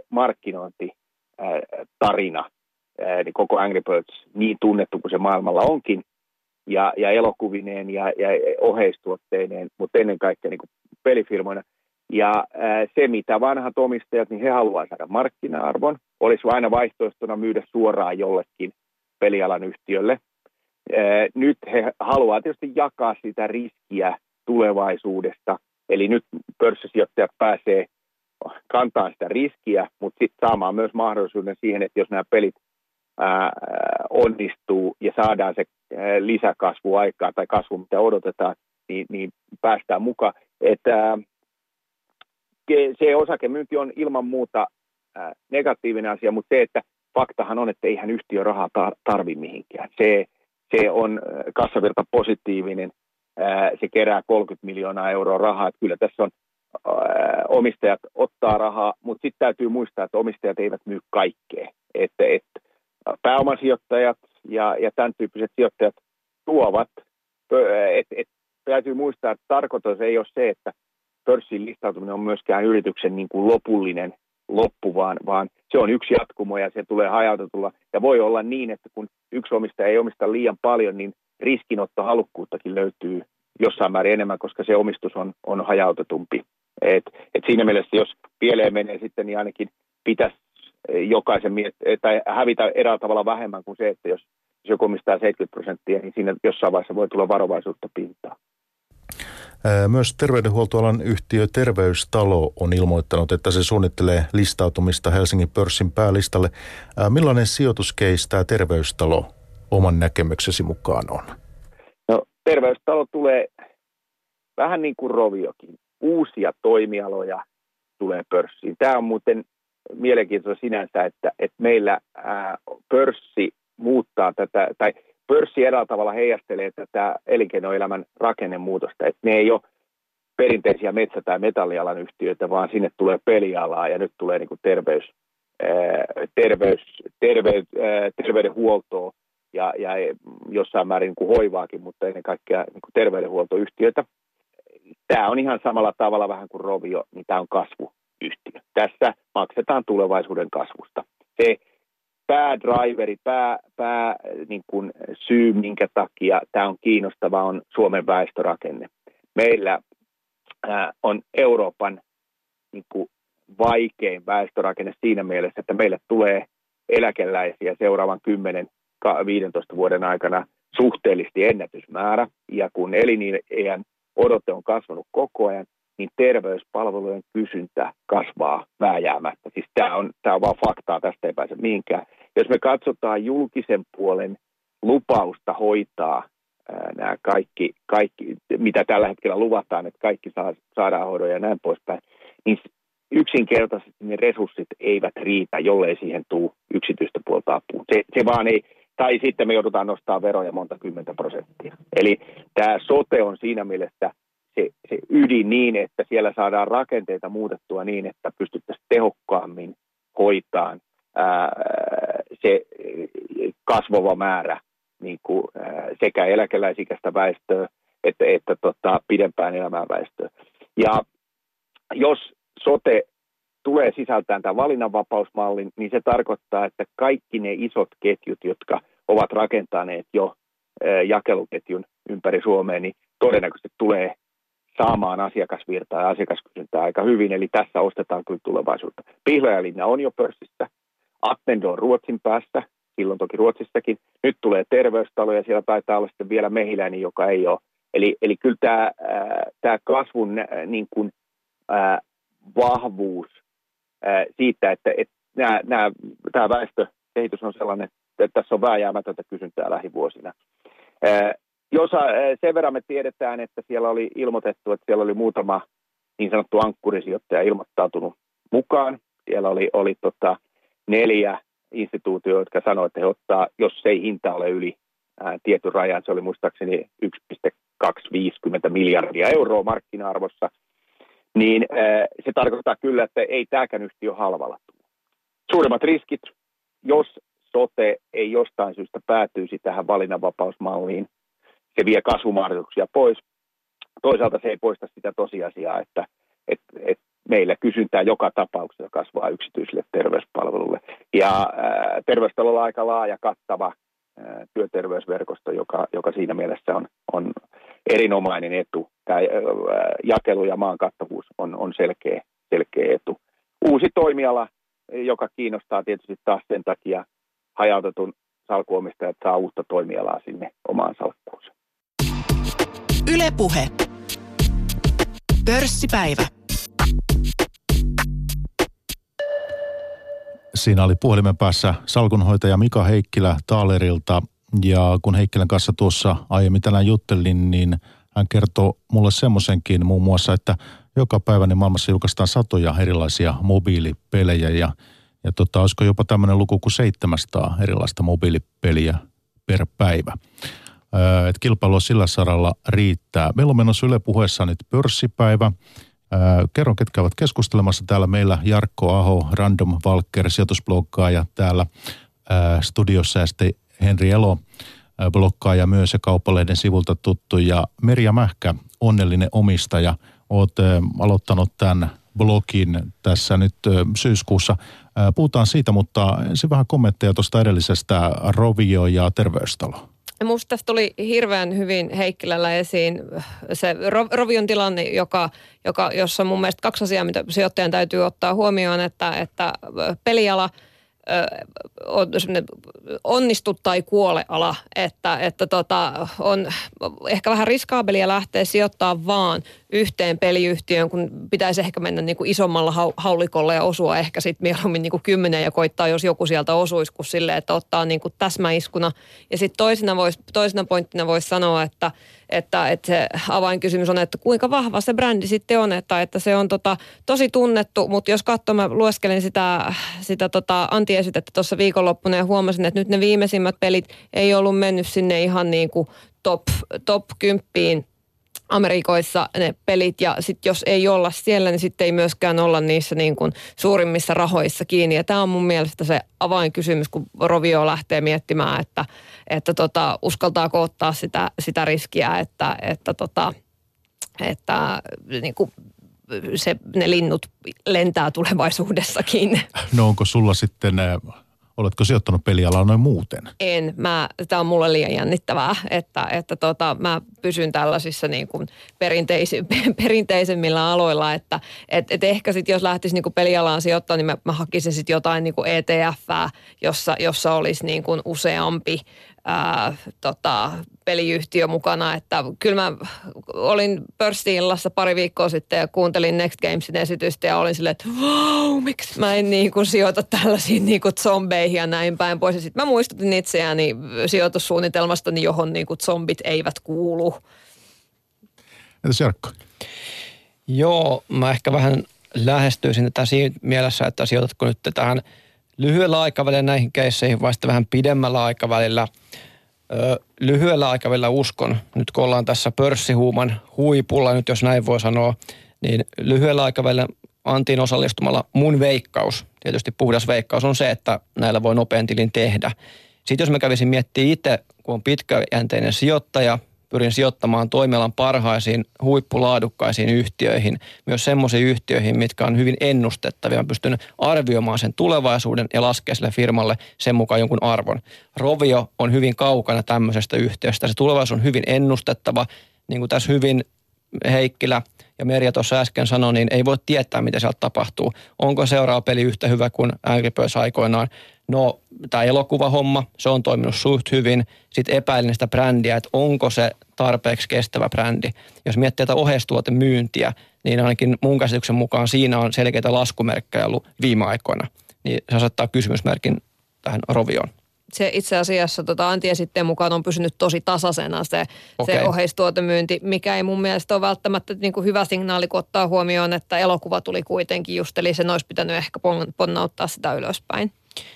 markkinointitarina, niin koko Angry Birds, niin tunnettu kuin se maailmalla onkin, ja, ja elokuvineen ja, ja oheistuotteineen, mutta ennen kaikkea niin kuin pelifirmoina. Ja ää, se, mitä vanhat omistajat, niin he haluavat saada markkina-arvon. Olisi aina vaihtoehtona myydä suoraan jollekin pelialan yhtiölle. Ää, nyt he haluavat tietysti jakaa sitä riskiä tulevaisuudesta. Eli nyt pörssisijoittajat pääsee kantamaan sitä riskiä, mutta sitten saamaan myös mahdollisuuden siihen, että jos nämä pelit ää, onnistuu ja saadaan se ää, lisäkasvu aikaa tai kasvu, mitä odotetaan, niin, niin päästään mukaan. Että se osakemyynti on ilman muuta ää, negatiivinen asia, mutta se, että faktahan on, että eihän yhtiö rahaa tarvi mihinkään. Se, se on kassavirta positiivinen, ää, se kerää kolmekymmentä miljoonaa euroa rahaa. Että kyllä tässä on ää, omistajat ottaa rahaa, mutta sitten täytyy muistaa, että omistajat eivät myy kaikkea. Että et, pääomasijoittajat ja, ja tämän tyyppiset sijoittajat tuovat, että et, täytyy muistaa, että tarkoitus ei ole se, että pörssiin listautuminen on myöskään yrityksen niin kuin lopullinen loppu, vaan, vaan se on yksi jatkumo ja se tulee hajautetulla. Ja voi olla niin, että kun yksi omistaja ei omista liian paljon, niin riskinottohalukkuuttakin löytyy jossain määrin enemmän, koska se omistus on, on hajautetumpi. Et, et siinä mielessä, jos pieleen menee sitten, niin ainakin pitäisi jokaisen miet- tai hävitä eräällä tavalla vähemmän kuin se, että jos, jos joku omistaa seitsemänkymmentä prosenttia, niin siinä jossain vaiheessa voi tulla varovaisuutta pintaan. Myös terveydenhuoltoalan yhtiö Terveystalo on ilmoittanut, että se suunnittelee listautumista Helsingin pörssin päälistalle. Millainen sijoituskeis tämä Terveystalo oman näkemyksesi mukaan on? No, Terveystalo tulee vähän niin kuin Roviokin. Uusia toimialoja tulee pörssiin. Tämä on muuten mielenkiintoista sinänsä, että, että meillä ää, pörssi muuttaa tätä, tai pörssi eräällä tavalla heijastelee tätä elinkeinoelämän rakennemuutosta, että ne ei ole perinteisiä metsä- tai metallialan yhtiöitä, vaan sinne tulee pelialaa ja nyt tulee niin kuin terveys, ää, terveys, terveys, ää, terveydenhuoltoa ja, ja jossain määrin niin kuin hoivaakin, mutta ennen kaikkea niin kuin terveydenhuoltoyhtiöitä. Tämä on ihan samalla tavalla vähän kuin Rovio, niin tämä on kasvuyhtiö. Tässä maksetaan tulevaisuuden kasvusta. Se päädriveri, pää, pää niin kuin syy, minkä takia tämä on kiinnostava, on Suomen väestörakenne. Meillä ää, on Euroopan niin kuin vaikein väestörakenne siinä mielessä, että meille tulee eläkeläisiä seuraavan kymmenen viisitoista vuoden aikana suhteellisesti ennätysmäärä, ja kun eliniän odote on kasvanut koko ajan, niin terveyspalvelujen kysyntä kasvaa vääjäämättä. Siis tämä on, tämä on vaan faktaa, tästä ei pääse mihinkään. Jos me katsotaan julkisen puolen lupausta hoitaa ää, nämä kaikki, kaikki, mitä tällä hetkellä luvataan, että kaikki saa, saadaan hoidon ja näin poispäin, niin yksinkertaisesti ne resurssit eivät riitä, jollei siihen tule yksityistä puolta apuun. Se, se vaan ei, tai sitten me joudutaan nostamaan veroja monta kymmentä prosenttia. Eli tämä sote on siinä mielessä se, se ydin niin, että siellä saadaan rakenteita muutettua niin, että pystyttäisiin tehokkaammin hoitaan ää, se kasvava määrä niin kuin, ää, sekä eläkeläisikäistä väestöä että, että tota, pidempään elämään väestöä. Ja jos sote tulee sisältämään tämän valinnanvapausmallin, niin se tarkoittaa, että kaikki ne isot ketjut, jotka ovat rakentaneet jo ää, jakeluketjun ympäri Suomea, niin todennäköisesti tulee saamaan asiakasvirtaa ja asiakaskysyntää aika hyvin, eli tässä ostetaan kyllä tulevaisuutta. Pihlajalinna on jo pörssissä, Attendo on Ruotsin päässä, silloin toki Ruotsissakin. Nyt tulee terveystalo ja siellä taitaa olla sitten vielä Mehiläinen, joka ei ole. Eli, eli kyllä tämä, tämä kasvun niin kuin, ää, vahvuus ää, siitä, että, että nämä, nämä, tämä väestökehitys on sellainen, että tässä on vääjäämätöntä kysyntää lähivuosina. Ää, Jos sen verran me tiedetään, että siellä oli ilmoitettu, että siellä oli muutama niin sanottu ankkurisijoittaja ilmoittautunut mukaan. Siellä oli, oli tota neljä instituutioita, jotka sanoivat, että he ottaa, jos ei hinta ole yli ää, tietyn rajan, se oli muistaakseni yksi pilkku kaksisataaviisikymmentä miljardia euroa markkina-arvossa, niin ää, se tarkoittaa kyllä, että ei tämäkään yhtiö halvalla tule. Suurimmat riskit, jos sote ei jostain syystä päätyisi tähän valinnanvapausmalliin, se vie kasvumahdollisuuksia pois. Toisaalta se ei poista sitä tosiasiaa, että, että, että meillä kysyntää joka tapauksessa kasvaa yksityisille terveyspalveluille. Ja ää, terveystalolla on aika laaja, kattava ää, työterveysverkosto, joka, joka siinä mielessä on, on erinomainen etu. Tämä ää, jakelu ja maan kattavuus on, on selkeä, selkeä etu. Uusi toimiala, joka kiinnostaa tietysti taas sen takia hajautetun salkuomistajat saa uutta toimialaa sinne omaan salkkuunsa. Yle Puhe. Pörssipäivä. Siinä oli puhelimen päässä salkunhoitaja Mika Heikkilä Taalerilta. Ja kun Heikkilän kanssa tuossa aiemmin tänään juttelin, niin hän kertoo mulle semmoisenkin muun muassa, että joka päivä niin maailmassa julkaistaan satoja erilaisia mobiilipelejä. Ja, ja tota, olisiko jopa tämmöinen luku kuin seitsemänsataa erilaista mobiilipeliä per päivä. Että kilpailua sillä saralla riittää. Meillä on menossa Yle Puheessa nyt pörssipäivä. Kerron, ketkä ovat keskustelemassa täällä. Meillä Jarkko Aho, Random Walker, sijoitusbloggaaja täällä studiossa, ja sitten Henri Elo, bloggaaja myös ja Kauppalehden sivulta tuttu, ja Merja Mähkä, onnellinen omistaja. Olet aloittanut tämän blogin tässä nyt syyskuussa. Puhutaan siitä, mutta ensin vähän kommentteja tuosta edellisestä Rovio ja Terveystalo. Musta tästä tuli hirveän hyvin Heikkilällä esiin se Rovion tilanne, joka, joka, jossa on mun mielestä kaksi asiaa, mitä sijoittajan täytyy ottaa huomioon, että, että peliala on onnistu tai kuole ala, että, että tota, on ehkä vähän riskaabelia lähteä sijoittaa vaan yhteen peliyhtiöön, kun pitäisi ehkä mennä niin kuin isommalla haulikolla ja osua ehkä sitten mieluummin niin kuin kymmenen ja koittaa, jos joku sieltä osuisi, kuin silleen, että ottaa niin kuin täsmäiskuna. Ja sitten toisena, vois, toisena pointtina voisi sanoa, että, että, että se avainkysymys on, että kuinka vahva se brändi sitten on, että, että se on tota, tosi tunnettu, mutta jos katsoo, mä lueskelin sitä, sitä tota antiesitettä tuossa viikonloppuna ja huomasin, että nyt ne viimeisimmät pelit ei ollut mennyt sinne ihan niin kuin top, top kymppiin Amerikoissa ne pelit, ja sitten jos ei olla siellä, niin sitten ei myöskään olla niissä niin kuin suurimmissa rahoissa kiinni. Ja tämä on mun mielestä se avainkysymys, kun Rovio lähtee miettimään, että, että tota, uskaltaako ottaa sitä, sitä riskiä, että, että, tota, että niin kuin se, ne linnut lentää tulevaisuudessakin. No onko sulla sitten... Oletko sijoittanut pelialaa noin muuten? En. Mä, tämä on mulle liian jännittävää, että, että tota, mä pysyn tällaisissa niin kuin perinteis, perinteisemmillä aloilla, että et, et ehkä sitten jos lähtisi niin kuin pelialaan sijoittaa, niin mä, mä hakisin sitten jotain niin kuin E T F:ää, jossa, jossa olisi niin kuin useampi ää, tota, peliyhtiö mukana. Että kyllä mä olin pörssiillassa pari viikkoa sitten ja kuuntelin Next Gamesin esitystä ja olin silleen, että wow, miksi mä en niin kuin sijoita tällaisiin niin kuin zombeihin ja näin päin pois. Ja sitten mä muistutin itseäni sijoitussuunnitelmastani, johon niin kuin zombit eivät kuulu. Entäs Jarkko? Joo, mä ehkä vähän lähestyisin tätä siinä mielessä, että sijoitatko nyt tähän lyhyellä aikavälillä näihin keisseihin vai sitten vähän pidemmällä aikavälillä? Ö, lyhyellä aikavälillä uskon, nyt kun ollaan tässä pörssihuuman huipulla, nyt jos näin voi sanoa, niin lyhyellä aikavälillä Antiin osallistumalla mun veikkaus, tietysti puhdas veikkaus on se, että näillä voi nopean tilin tehdä. Sitten jos mä kävisin miettimään itse, kun on pitkäjänteinen sijoittaja, pyrin sijoittamaan toimialan parhaisiin huippulaadukkaisiin yhtiöihin, myös semmoisiin yhtiöihin, mitkä on hyvin ennustettavia. Mä pystyn arvioimaan sen tulevaisuuden ja laskemaan sille firmalle sen mukaan jonkun arvon. Rovio on hyvin kaukana tämmöisestä yhtiöstä. Se tulevaisuus on hyvin ennustettava, niin kuin tässä hyvin Heikkilä ja Merja tuossa äsken sanoi, niin ei voi tietää, mitä sieltä tapahtuu. Onko seuraava peli yhtä hyvä kuin Angry Birds aikoinaan? No, tämä elokuvahomma, se on toiminut suht hyvin. Sitten epäilen sitä brändiä, että onko se tarpeeksi kestävä brändi. Jos miettii tätä oheistuotemyyntiä, niin ainakin mun käsityksen mukaan siinä on selkeitä laskumerkkejä ollut viime aikoina. Niin se asettaa kysymysmerkin tähän Rovioon. Se itse asiassa tota, Anti-esitteen mukaan on pysynyt tosi tasaisena se, okay. se oheistuotemyynti, mikä ei mun mielestä ole välttämättä niin kuin hyvä signaali, kun ottaa huomioon, että elokuva tuli kuitenkin just, eli sen olisi pitänyt ehkä ponnauttaa sitä ylöspäin.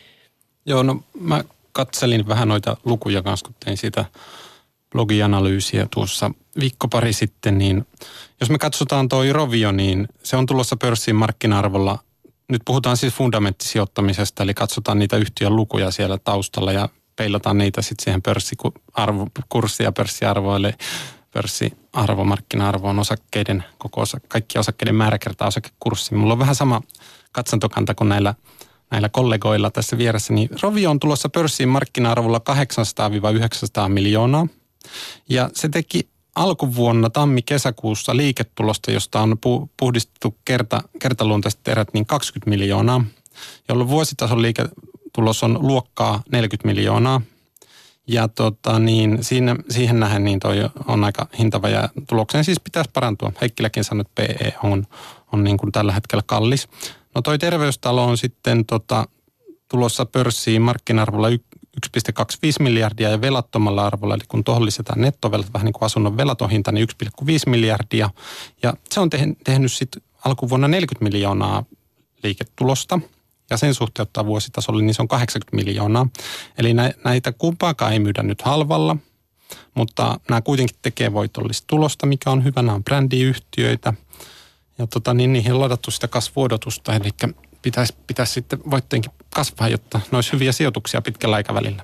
Joo, no mä katselin vähän noita lukuja kanssa, kun tein sitä blogianalyysiä tuossa viikko pari sitten, niin jos me katsotaan toi Rovio, niin se on tulossa pörssiin markkina-arvolla. Nyt puhutaan siis fundamenttisijoittamisesta, eli katsotaan niitä yhtiön lukuja siellä taustalla ja peilataan niitä sitten siihen pörssikurssi- ja pörssiarvoon, eli pörssiarvo, markkina-arvo on osakkeiden, koko osa, kaikki osakkeiden määrä kertaa osakekurssi. Mulla on vähän sama katsantokanta kuin näillä, näillä kollegoilla tässä vieressä, niin Rovio on tulossa pörssiin markkina-arvolla kahdeksansataa yhdeksänsataa miljoonaa, ja se teki alkuvuonna tammi-kesäkuussa liiketulosta, josta on puhdistettu kerta, kertaluontaiset erät, niin kaksikymmentä miljoonaa, jolloin vuositason liiketulos on luokkaa neljäkymmentä miljoonaa. Ja tota, niin, siinä, siihen nähden niin toi on aika hintava ja tulokseen siis pitäisi parantua. Heikkiläkin sanoi, että P E on, on niin kuin tällä hetkellä kallis. No toi terveystalo on sitten tota, tulossa pörssiin markkina-arvolla yksi pilkku kaksikymmentäviisi miljardia ja velattomalla arvolla, eli kun tuohon lisätään nettovelat, vähän niin kuin asunnon velaton hinta, niin yksi pilkku viisi miljardia. Ja se on tehnyt sitten alkuvuonna neljäkymmentä miljoonaa liiketulosta, ja sen suhteuttaa vuositasolle, niin se on kahdeksankymmentä miljoonaa. Eli näitä kumpaakaan ei myydä nyt halvalla, mutta nämä kuitenkin tekee voitollista tulosta, mikä on hyvä. Nämä on brändiyhtiöitä, ja tota, niin niihin on ladattu sitä kasvuodotusta, eli pitäisi, pitäisi sitten voittojenkin kasvaa, jotta ne olisi hyviä sijoituksia pitkällä aikavälillä.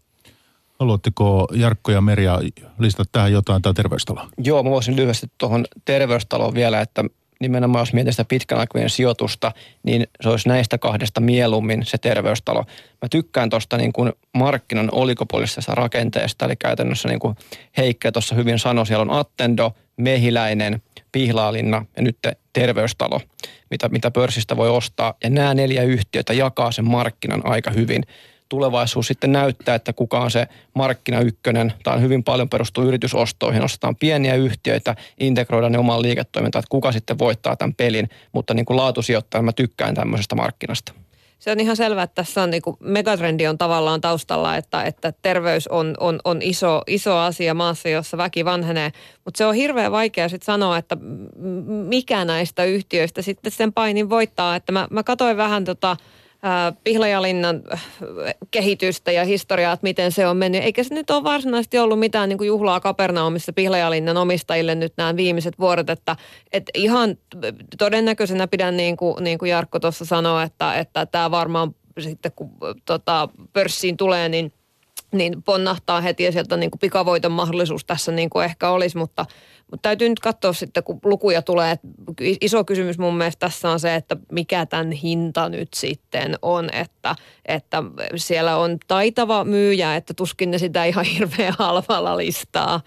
Haluatteko Jarkko ja Merja listata tähän jotain tai terveystaloa? Joo, mä voisin lyhyesti tuohon terveystaloon vielä, että nimenomaan jos mietin sitä pitkän aikavälin sijoitusta, niin se olisi näistä kahdesta mieluummin se terveystalo. Mä tykkään tuosta niin kuin markkinan oligopolisesta rakenteesta, eli käytännössä niin kuin Heikki tuossa hyvin sanoi, siellä on Attendo, Mehiläinen, Pihlaalinna ja nyt terveystalo, mitä, mitä pörssistä voi ostaa. Ja nämä neljä yhtiötä jakaa sen markkinan aika hyvin. Tulevaisuus sitten näyttää, että kuka on se markkina ykkönen. Tämä on hyvin paljon perustuu yritysostoihin. Ostetaan pieniä yhtiöitä, integroidaan ne omaan liiketoimintaan, että kuka sitten voittaa tämän pelin. Mutta niin kuin laatusijoittajana mä tykkään tämmöisestä markkinasta. Se on ihan selvää, että tässä on niin kuin megatrendi on tavallaan taustalla, että, että terveys on, on, on iso, iso asia maassa, jossa väki vanhenee. Mutta se on hirveän vaikea sitten sanoa, että mikä näistä yhtiöistä sitten sen painin voittaa. Että mä, mä katsoin vähän tota Pihlajalinnan kehitystä ja historiaa, että miten se on mennyt. Eikä se nyt ole varsinaisesti ollut mitään niin kuin juhlaa Kapernaumissa Pihlajalinnan omistajille nyt nämä viimeiset vuodet, että, että ihan todennäköisenä pidän niin kuin, niin kuin Jarkko tuossa sanoi, että, että tämä varmaan sitten kun tota, pörssiin tulee, niin niin ponnahtaa heti ja sieltä niin kuin pikavoiton mahdollisuus tässä niin kuin ehkä olisi, mutta, mutta täytyy nyt katsoa sitten, kun lukuja tulee. Että iso kysymys mun mielestä tässä on se, että mikä tämän hinta nyt sitten on, että, että siellä on taitava myyjä, että tuskin ne sitä ihan hirveän halvalla listaa.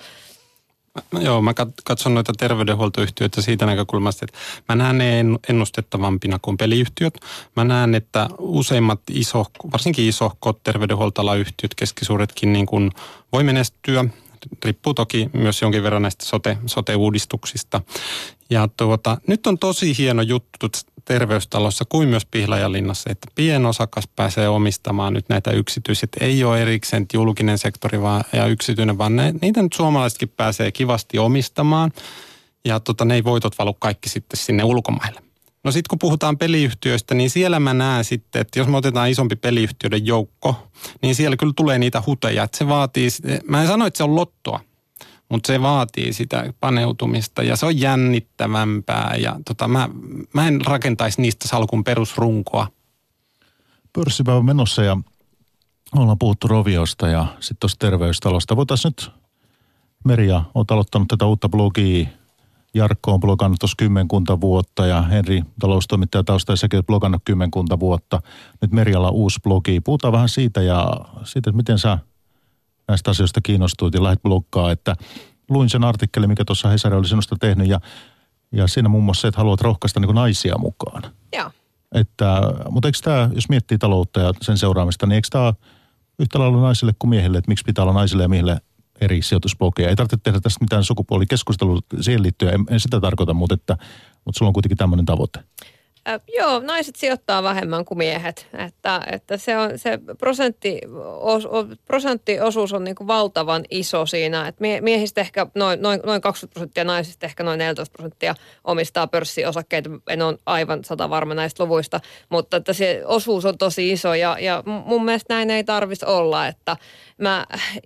Joo, mä katson noita terveydenhuoltoyhtiöitä siitä näkökulmasta, että mä näen ne ennustettavampina kuin peliyhtiöt. Mä näen, että useimmat iso, varsinkin isohkot terveydenhuoltoalayhtiöt, keskisuuretkin niin kuin voi menestyä. Riippuu toki myös jonkin verran näistä sote, sote-uudistuksista. Ja tuota, nyt on tosi hieno juttu terveystalossa kuin myös Pihlajalinnassa, että pienosakas pääsee omistamaan nyt näitä yksityiset. Ei ole erikseen julkinen sektori vaan, ja yksityinen, vaan ne, niitä nyt suomalaisetkin pääsee kivasti omistamaan. Ja tota, ne ei voitot valu kaikki sitten sinne ulkomaille. No sitten kun puhutaan peliyhtiöistä, niin siellä mä näen sitten, että jos me otetaan isompi peliyhtiöiden joukko, niin siellä kyllä tulee niitä huteja. Että se vaatii, mä en sano, että se on lottoa, mutta se vaatii sitä paneutumista ja se on jännittävämpää ja tota, mä, mä en rakentaisi niistä salkun perusrunkoa. Pörssipäivä menossa ja ollaan puhuttu Roviosta ja sitten tuosta terveystalosta. Voitaisiin nyt, Merja, olet aloittanut tätä uutta blogia. Jarkko on blogannut tuossa kymmenkunta vuotta ja Henri, taloustoimittaja tausta ja sekin on blogannut kymmenkunta vuotta. Nyt Merjalla on uusi blogi. Puhutaan vähän siitä ja siitä, että miten sä näistä asioista kiinnostuit ja lähdet bloggaa. Että luin sen artikkelin, mikä tuossa Hesari oli sinusta tehnyt ja, ja siinä muun muassa se, että haluat rohkaista niin kuin naisia mukaan. Joo. Että, mutta eikö tämä, jos miettii taloutta ja sen seuraamista, niin eikö tämä yhtä lailla naisille kuin miehille, että miksi pitää olla naisille ja miehille eri sijoitusblogeja? Ei tarvitse tehdä tästä mitään sukupuolikeskustelua siihen liittyen, en, en sitä tarkoita, mutta, että, mutta sulla on kuitenkin tämmöinen tavoite. Äh, joo, naiset sijoittaa vähemmän kuin miehet, että, että se, on, se prosentti, os, o, prosenttiosuus on niin kuin valtavan iso siinä, että mie, miehistä ehkä noin, noin, noin kaksikymmentä prosenttia, naisista ehkä noin neljätoista prosenttia omistaa pörssiosakkeita, en ole aivan sata varma näistä luvuista, mutta että se osuus on tosi iso ja, ja mun mielestä näin ei tarvitsisi olla, että mä...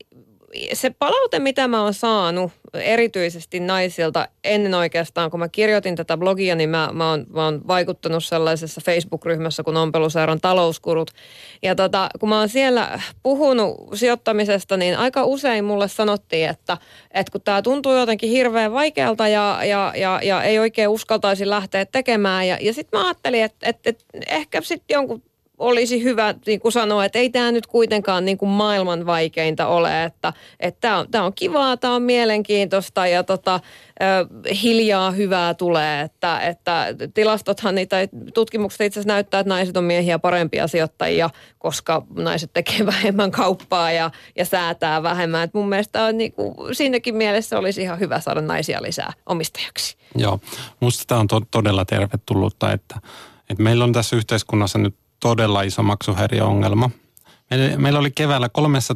Se palaute, mitä mä oon saanut erityisesti naisilta ennen oikeastaan, kun mä kirjoitin tätä blogia, niin mä, mä, oon, mä oon vaikuttanut sellaisessa Facebook-ryhmässä kuin Ompeluseuran talouskurut. Ja tota, kun mä oon siellä puhunut sijoittamisesta, niin aika usein mulle sanottiin, että, että kun tää tuntuu jotenkin hirveän vaikealta ja, ja, ja, ja ei oikein uskaltaisi lähteä tekemään. Ja, ja sitten mä ajattelin, että, että, että ehkä sitten jonkun olisi hyvä niin kuin sanoa, että ei tämä nyt kuitenkaan niin kuin maailman vaikeinta ole, että tämä on, tää on kivaa, tämä on mielenkiintoista ja tota, äh, hiljaa hyvää tulee, että, että tilastothan niitä tutkimukset itse asiassa näyttää, että naiset on miehiä parempia sijoittajia, koska naiset tekee vähemmän kauppaa ja, ja säätää vähemmän. Et mun mielestä on, niin kuin, siinäkin mielessä olisi ihan hyvä saada naisia lisää omistajaksi. Joo, musta tämä on to- todella tervetullutta, että, että meillä on tässä yhteiskunnassa nyt todella iso maksuhäiriöongelma. Meillä oli keväällä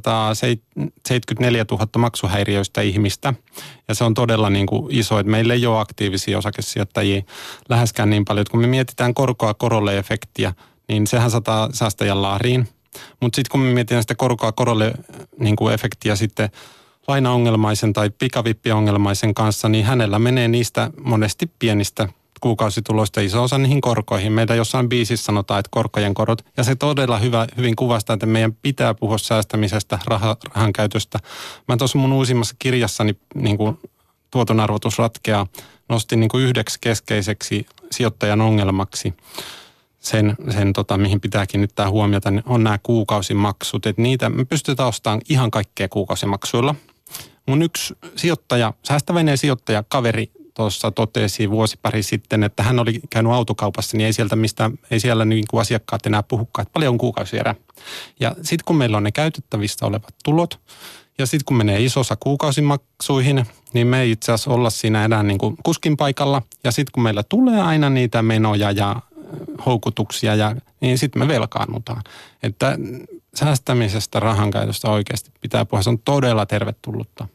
kolmesataaseitsemänkymmentäneljätuhatta maksuhäiriöistä ihmistä ja se on todella niin kuin iso, että meillä ei ole aktiivisia osakesijoittajia läheskään niin paljon. Kun me mietitään korkoa korolle efektiä, niin sehän sataa säästäjän laariin. Mutta sitten kun me mietitään sitä korkoa korolle niin kuin efektiä sitten lainaongelmaisen tai pikavippiongelmaisen kanssa, niin hänellä menee niistä monesti pienistä kuukausituloista iso osa niihin korkoihin. Meillä jossain biisissä sanotaan, että korkojen korot. Ja se todella hyvä, hyvin kuvastaa, että meidän pitää puhua säästämisestä, raha, rahan käytöstä. Mä tuossa mun uusimmassa kirjassani niin kuin tuoton arvotus ratkeaa, nostin niin kuin yhdeksi keskeiseksi sijoittajan ongelmaksi sen, sen tota, mihin pitää kiinnittää huomiota, niin on nämä kuukausimaksut. Että niitä me pystytään ostamaan ihan kaikkea kuukausimaksuilla. Mun yksi sijoittaja, säästäväinen sijoittaja, kaveri, tuossa totesi vuosi pari sitten, että hän oli käynyt autokaupassa, niin ei sieltä mistään, ei siellä niin kuin asiakkaat enää puhukaan, että paljon on kuukausierä. Ja sitten kun meillä on ne käytettävissä olevat tulot, ja sitten kun menee isossa kuukausimaksuihin, niin me ei itse asiassa olla siinä enää niin kuin kuskin paikalla. Ja sitten kun meillä tulee aina niitä menoja ja houkutuksia, ja, niin sitten me velkaannutaan. Että säästämisestä, rahankäytöstä oikeasti pitää puhua, se on todella tervetullutta.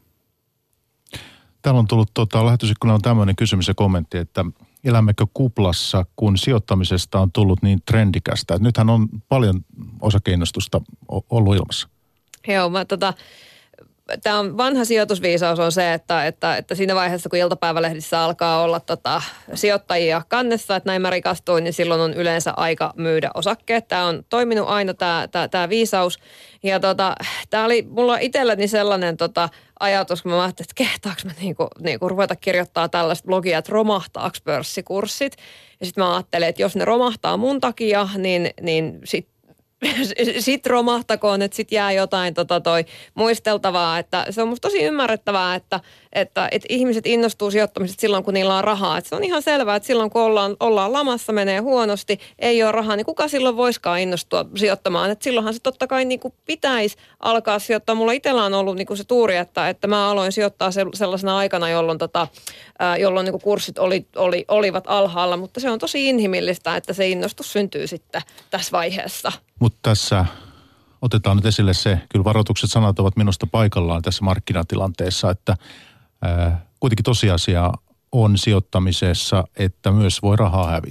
Täällä on tullut, tota, lähetysikkunaan on tämmöinen kysymys ja kommentti, että elämmekö kuplassa, kun sijoittamisesta on tullut niin trendikästä? Että nythän on paljon osakeinostusta ollut ilmassa. Joo, mä tota... Tämä on vanha sijoitusviisaus on se, että, että, että siinä vaiheessa, kun iltapäivälehdissä alkaa olla tota, sijoittajia kannessa, että näin mä rikastuin, niin silloin on yleensä aika myydä osakkeet. Tämä on toiminut aina tämä, tämä, tämä viisaus. Ja tota, tämä oli mulla itselläni sellainen tota, ajatus, kun mä ajattelin, että kehtaanko mä niinku, niinku ruveta kirjoittaa tällaista blogia, että romahtaako pörssikurssit. Ja sitten mä ajattelin, että jos ne romahtaa mun takia, niin, niin sitten sitten romahtakoon, että sitten jää jotain tota toi muisteltavaa, että se on musta tosi ymmärrettävää, että, että, että ihmiset innostuu sijoittamisesta silloin, kun niillä on rahaa. Että se on ihan selvää, että silloin kun ollaan, ollaan lamassa, menee huonosti, ei ole rahaa, niin kuka silloin voisikaan innostua sijoittamaan. Että silloinhan se totta kai niin kuin pitäisi alkaa sijoittaa. Mulla itsellä on ollut niin kuin se tuuri, että, että mä aloin sijoittaa sellaisena aikana, jolloin, tota, jolloin niin kuin kurssit oli, oli, olivat alhaalla, mutta se on tosi inhimillistä, että se innostus syntyy sitten tässä vaiheessa. Mutta tässä otetaan nyt esille se, kyllä varoitukset sanat ovat minusta paikallaan tässä markkinatilanteessa, että ää, kuitenkin tosiasia on sijoittamisessa, että myös voi rahaa hävitä.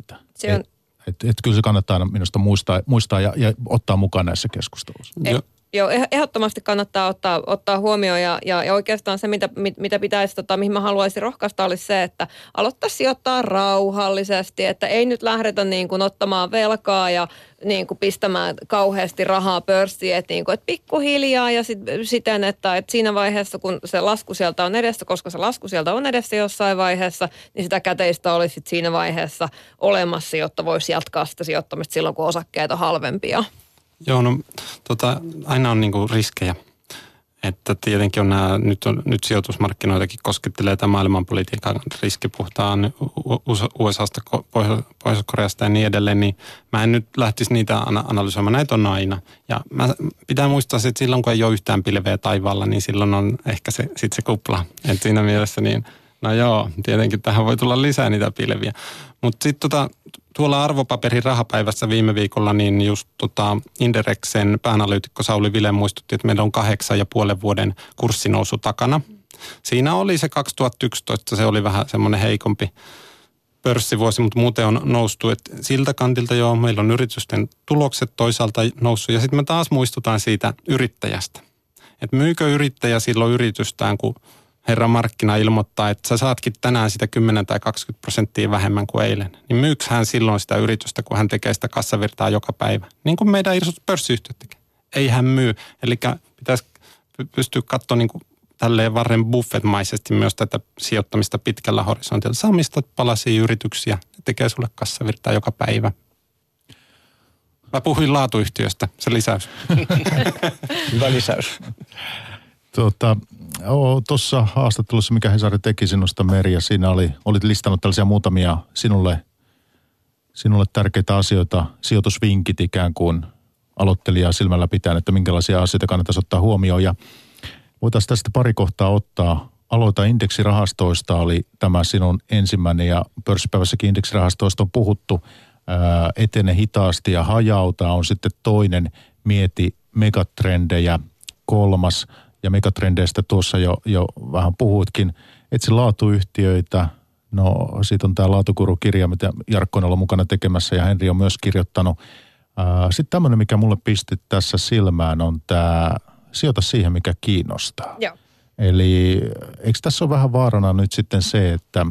Se on... Et, et, et kyllä se kannattaa aina minusta muistaa, muistaa ja, ja ottaa mukaan näissä keskusteluissa. Eh, joo, ehdottomasti kannattaa ottaa, ottaa huomioon ja, ja, ja oikeastaan se, mitä, mitä pitäisi, tota, mihin mä haluaisin rohkaista, olisi se, että aloittaisi sijoittaa rauhallisesti, että ei nyt lähdetä niin kuin ottamaan velkaa ja niin kuin pistämään kauheasti rahaa pörssiin, että, niin kuin, että pikkuhiljaa ja sit, siten, että, että siinä vaiheessa, kun se lasku sieltä on edessä, koska se lasku sieltä on edessä jossain vaiheessa, niin sitä käteistä olisi sit siinä vaiheessa olemassa, jotta voisi jatkaa sitä sijoittamista silloin, kun osakkeet on halvempia. Joo, no tota, aina on niinku riskejä. Että tietenkin on nämä, nyt, on, nyt sijoitusmarkkinoitakin koskettelee tämä maailmanpolitiikan riski, puhutaan U S A:sta, Pohjois-Koreasta ja niin edelleen, niin mä en nyt lähtisi niitä analysoimaan. Näitä on aina. Ja mä, pitää muistaa, että silloin kun ei ole yhtään pilveä taivaalla, niin silloin on ehkä se, sit se kupla. Että siinä mielessä niin, no joo, tietenkin tähän voi tulla lisää niitä pilviä. Mutta sitten tota, tuolla arvopaperin rahapäivässä viime viikolla, niin just tota Inderexen pääanalyytikko Sauli Vile muistutti, että meillä on kahdeksan ja puolen vuoden kurssinousu takana. Siinä oli se kaksituhattayksitoista, se oli vähän semmoinen heikompi pörssivuosi, mutta muuten on noustu. Et siltä kantilta joo, meillä on yritysten tulokset toisaalta noussut. Ja sitten mä taas muistutan siitä yrittäjästä. Että myykö yrittäjä silloin yritystään, kun herra markkina ilmoittaa, että sä saatkin tänään sitä kymmenen tai kaksikymmentä prosenttia vähemmän kuin eilen. Niin myyks hän silloin sitä yritystä, kun hän tekee sitä kassavirtaa joka päivä? Niin kuin meidän isot pörssiyhtiöt tekee. Ei hän myy. Eli pitäisi pystyä katsoa niin kuin tälleen Warren Buffett-maisesti myös tätä sijoittamista pitkällä horisontilla. Sä omistat palasia yrityksiä, ne tekee sulle kassavirtaa joka päivä. Mä puhuin laatuyhtiöstä, se lisäys. Hyvä lisäys. Tuota, tuossa haastattelussa, mikä Hesari teki sinusta, Merja, siinä oli, olit listannut tällaisia muutamia sinulle, sinulle tärkeitä asioita, sijoitusvinkit ikään kuin aloittelijaa silmällä pitäen, että minkälaisia asioita kannattaisi ottaa huomioon. Ja voitaisiin tästä pari kohtaa ottaa. Aloita indeksirahastoista oli tämä sinun ensimmäinen ja pörssipäivässäkin indeksirahastoista on puhuttu. Ää, etene hitaasti ja hajauta on sitten toinen, mieti megatrendejä, kolmas. Ja megatrendeistä tuossa jo, jo vähän puhuitkin. Etsi laatuyhtiöitä. No siitä on tämä Laatukuru-kirja, mitä Jarkko on ollut mukana tekemässä ja Henri on myös kirjoittanut. Sitten tämmöinen, mikä mulle pisti tässä silmään, on tämä sijoita siihen, mikä kiinnostaa. Joo. Eli eikö tässä ole vähän vaarana nyt sitten se, että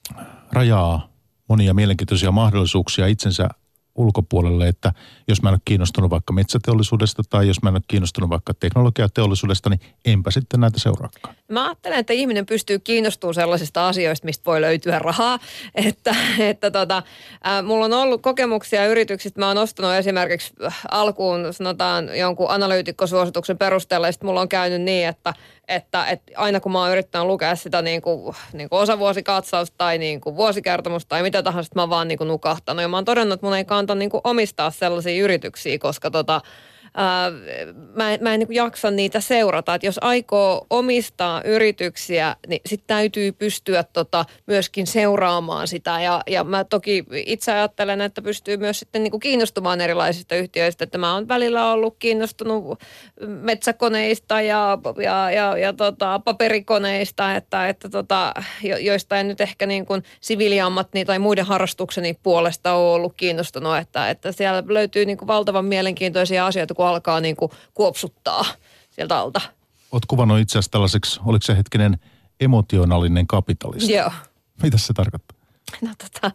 rajaa monia mielenkiintoisia mahdollisuuksia itsensä ulkopuolelle, että jos mä en ole kiinnostunut vaikka metsäteollisuudesta tai jos mä en ole kiinnostunut vaikka teknologiateollisuudesta, niin enpä sitten näitä seuraakaan. Mä ajattelen, että ihminen pystyy kiinnostumaan sellaisista asioista, mistä voi löytyä rahaa. Että, että tota, äh, mulla on ollut kokemuksia yrityksistä. Mä oon ostanut esimerkiksi alkuun sanotaan jonkun analyytikkosuosituksen perusteella ja sitten mulla on käynyt niin, että Että, että aina kun mä oon yrittänyt lukea sitä niin kuin, niin kuin osavuosikatsausta tai niin kuin vuosikertomusta tai mitä tahansa, mä oon vaan niin kuin nukahtanut. Ja mä oon todennut, että mun ei kannata niin kuin omistaa sellaisia yrityksiä, koska tota, ää, mä en, mä en niin kuin jaksa niitä seurata. Että jos aikoo omistaa yrityksiä, niin sitten täytyy pystyä tota, myöskin seuraamaan sitä. Ja, ja mä toki itse ajattelen, että pystyy myös sitten niin kuin kiinnostumaan erilaisista yhtiöistä. Että mä oon välillä ollut kiinnostunut metsäkoneista ja, ja, ja, ja tota, paperikoneista, että, että tota, joista en nyt ehkä niin kuin siviiliammattini tai muiden harrastukseni puolesta ole ollut kiinnostunut. Että, että siellä löytyy niin kuin valtavan mielenkiintoisia asioita, kun alkaa niin kuin kuopsuttaa sieltä alta. Olet kuvannut itse asiassa tällaiseksi, oliko se hetkinen emotionaalinen kapitalisti? Joo. Mitä se tarkoittaa? No tota,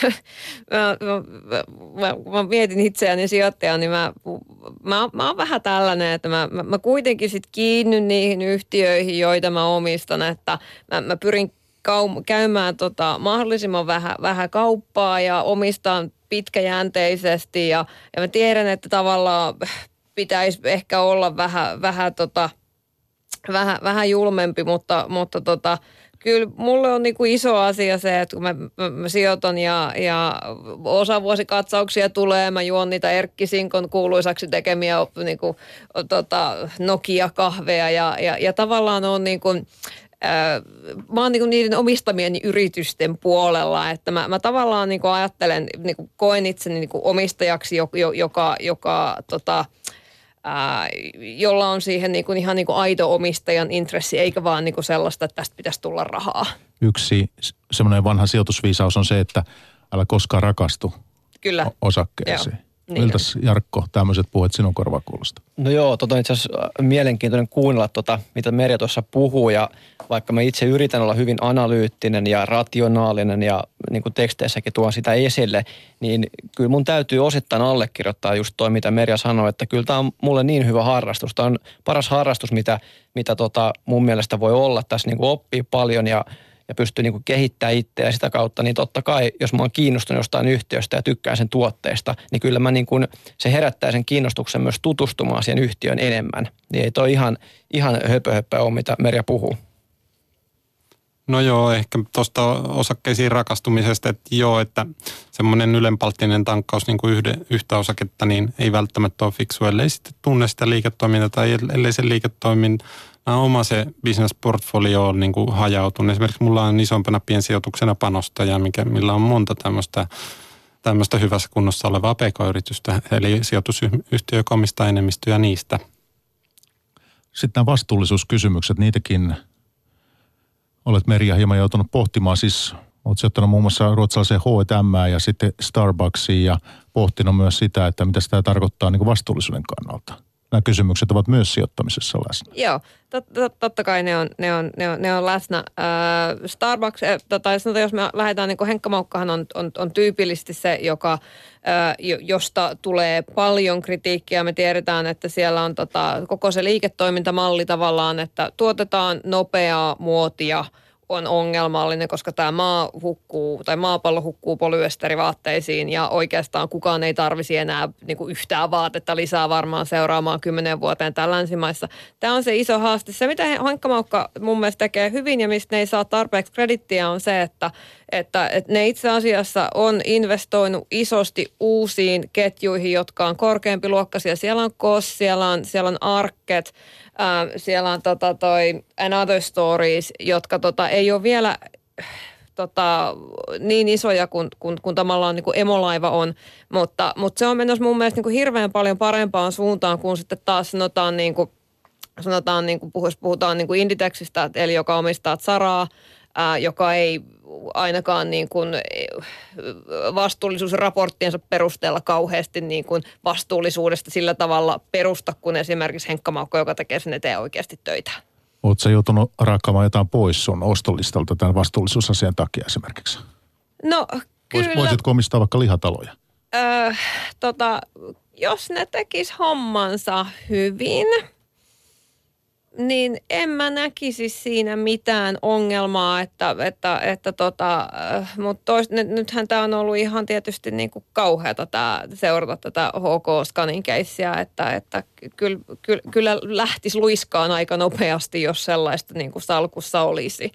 mä, mä, mä, mä mietin itseäni sijoittajana, niin mä, mä, mä oon vähän tällainen, että mä, mä, mä kuitenkin sit kiinnyn niihin yhtiöihin, joita mä omistan, että mä, mä pyrin kaum, käymään tota, mahdollisimman vähän, vähän kauppaa ja omistan pitkäjänteisesti ja, ja mä tiedän, että tavallaan pitäisi ehkä olla vähän, vähän, tota, vähän, vähän julmempi, mutta, mutta tota, kyllä mulle on niinku iso asia se, että kun mä, mä, mä sijoitan ja, ja osavuosikatsauksia tulee, mä juon niitä Erkki Sinkon kuuluisaksi tekemiä niinku, tota, Nokia-kahveja ja, ja, ja tavallaan on niinku, ää, mä oon niinku niiden omistamieni yritysten puolella, että mä, mä tavallaan niinku ajattelen, niinku koen itseni niinku omistajaksi, joka, joka, joka tota, Ää, jolla on siihen niin kuin, ihan niin kuin aito omistajan intressi, eikä vaan niin kuin sellaista, että tästä pitäisi tulla rahaa. Yksi semmoinen vanha sijoitusviisaus on se, että älä koskaan rakastu Kyllä. osakkeisiin. Joo. Niin Miltäs Jarkko tämmöiset puheet sinun korvaan kuulostaa? No joo, tota on itse asiassa mielenkiintoinen kuunnella, tota, mitä Merja tuossa puhuu, ja vaikka mä itse yritän olla hyvin analyyttinen ja rationaalinen ja niin kuin teksteissäkin tuon sitä esille, niin kyllä mun täytyy osittain allekirjoittaa just toi, mitä Merja sanoi, että kyllä tämä on mulle niin hyvä harrastus. Tämä on paras harrastus, mitä, mitä tota mun mielestä voi olla. Tässä niin kuin oppii paljon ja ja pystyy niin kuin kehittämään itseä ja sitä kautta, niin totta kai, jos mä oon kiinnostunut jostain yhtiöstä ja tykkään sen tuotteesta, niin kyllä mä niin kuin, se herättää sen kiinnostuksen myös tutustumaan siihen yhtiön enemmän. Niin ei toi ihan, ihan höpö höpö ole, mitä Merja puhuu. No joo, ehkä tuosta osakkeisiin rakastumisesta, että joo, että semmoinen ylenpalttinen tankkaus niin kuin yhde, yhtä osaketta, niin ei välttämättä ole fiksu, ellei sitten tunne sitä liiketoimintaa tai ellei se liiketoiminta oma se business-portfolio on niin kuin hajautunut. Esimerkiksi mulla on isompana piensijoituksena panostaja, mikä, millä on monta tämmöistä, tämmöistä hyvässä kunnossa olevaa pk-yritystä, eli sijoitusyhtiö, joka omistaa enemmistöjä niistä. Sitten nämä vastuullisuuskysymykset, niitäkin olet Merja hieman joutunut pohtimaan. Siis olet sijoittanut muun muassa ruotsalaiseen H and M ja sitten Starbucksiin ja pohtinut myös sitä, että mitä tämä tarkoittaa niin kuin vastuullisuuden kannalta. Nämä kysymykset ovat myös sijoittamisessa läsnä. Joo, tot, tot, totta kai ne on, ne on, ne on, ne on läsnä. Äh, Starbucks, äh, tai sanotaan, jos me lähdetään, niin kuin Henkka Maukkahan on, on, on tyypillisesti se, joka, äh, josta tulee paljon kritiikkiä. Me tiedetään, että siellä on tota, koko se liiketoimintamalli tavallaan, että tuotetaan nopeaa muotia, on ongelmallinen, koska tämä maa hukkuu, tai maapallo hukkuu polyesterivaatteisiin ja oikeastaan kukaan ei tarvisi enää niin kuin yhtään vaatetta lisää varmaan seuraamaan kymmenen vuoteen täällä länsimaissa. Tämä on se iso haaste. Se, mitä Henkka Maukka mun mielestä tekee hyvin ja mistä ne ei saa tarpeeksi kredittiä on se, että, että, että ne itse asiassa on investoinut isosti uusiin ketjuihin, jotka on korkeampi luokkaisia. Siellä on Kos, siellä on, siellä on Arket, äh, siellä on tota toi Another Stories, jotka tota, ei ole vielä tota, niin isoja kuin, kuin, kuin tavallaan niin kuin emolaiva on, mutta, mutta se on menossa mun mielestä niin kuin hirveän paljon parempaan suuntaan, kun sitten taas sanotaan, niin kuin, sanotaan niin kuin, puhutaan niin kuin Inditexistä, eli joka omistaa Zaraa, ää, joka ei ainakaan niin kuin vastuullisuusraporttiensa perusteella kauheasti niin kuin vastuullisuudesta sillä tavalla perusta, kuin esimerkiksi Henkka Maukko, joka tekee sen eteen oikeasti töitä. Oletko sä joutunut raakkaamaan jotain pois sun ostolistalta tämän vastuullisuusasian takia esimerkiksi? No kyllä. Voisitko omistaa vaikka lihataloja? Öö, tota, jos ne tekis hommansa hyvin, niin en mä näkisi siinä mitään ongelmaa, että, että, että tota, mutta tois, nyt, nythän tämä on ollut ihan tietysti niin kuin kauheata tämä, seurata tätä H K-skanin keissiä, että, että kyllä, kyllä, kyllä lähtisi luiskaan aika nopeasti, jos sellaista niin kuin salkussa olisi.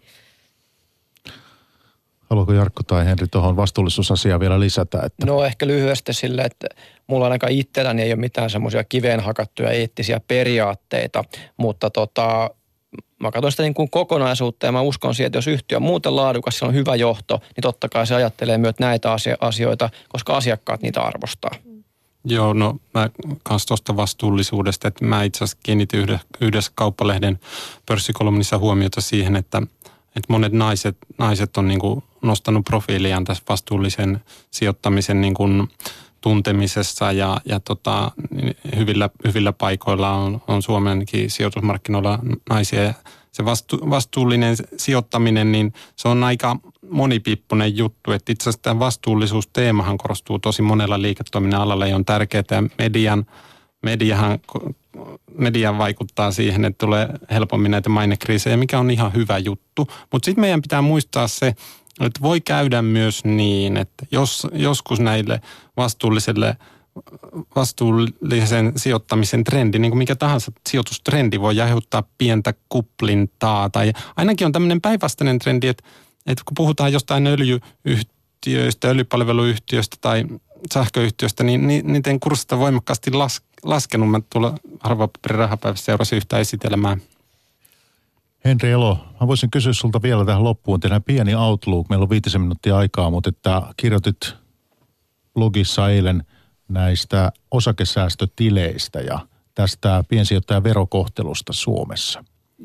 Haluatko Jarkko tai Henri tuohon vastuullisuusasiaan vielä lisätä? Että... No ehkä lyhyesti sille, että mulla ainakaan itselläni ei ole mitään semmoisia kiveen hakattuja eettisiä periaatteita, mutta tota, mä katson sitä niin kuin kokonaisuutta ja mä uskon siihen, että jos yhtiö on muuten laadukas, sillä on hyvä johto, niin totta kai se ajattelee myös näitä asioita, koska asiakkaat niitä arvostaa. Joo, no mä kans tuosta vastuullisuudesta, että mä itse asiassa kiinnitin yhdessä Kauppalehden pörssikolumnissa huomiota siihen, että että monet naiset, naiset on niin kuin nostanut profiiliaan tässä vastuullisen sijoittamisen niin kuin tuntemisessa ja, ja tota, hyvillä, hyvillä paikoilla on, on Suomenkin sijoitusmarkkinoilla naisia. Ja se vastu, vastuullinen sijoittaminen, niin se on aika monipippunen juttu. Että itse asiassa tämä vastuullisuusteemahan korostuu tosi monella liiketoiminnan alalla ja on tärkeää, ja median, mediahan... Media vaikuttaa siihen, että tulee helpommin näitä mainekriisejä, mikä on ihan hyvä juttu. Mutta sitten meidän pitää muistaa se, että voi käydä myös niin, että jos, joskus näille vastuulliselle, vastuullisen sijoittamisen trendi, niin kuin mikä tahansa sijoitustrendi voi aiheuttaa pientä kuplintaa. Tai ainakin on tämmöinen päinvastainen trendi, että, että kun puhutaan jostain öljyyhtiöistä, öljypalveluyhtiöistä tai sähköyhtiöistä, niin niiden kurssit on voimakkaasti las, laskenut. Mä tuolla arvopaperi-rahapäivässä seurasin yhtä esitelmää. Henri Elo, mä voisin kysyä sulta vielä tähän loppuun. Tehdään pieni outlook. Meillä on viitisen minuuttia aikaa, mutta että kirjoitit blogissa eilen näistä osakesäästötileistä ja tästä piensijoittajan verokohtelusta Suomessa.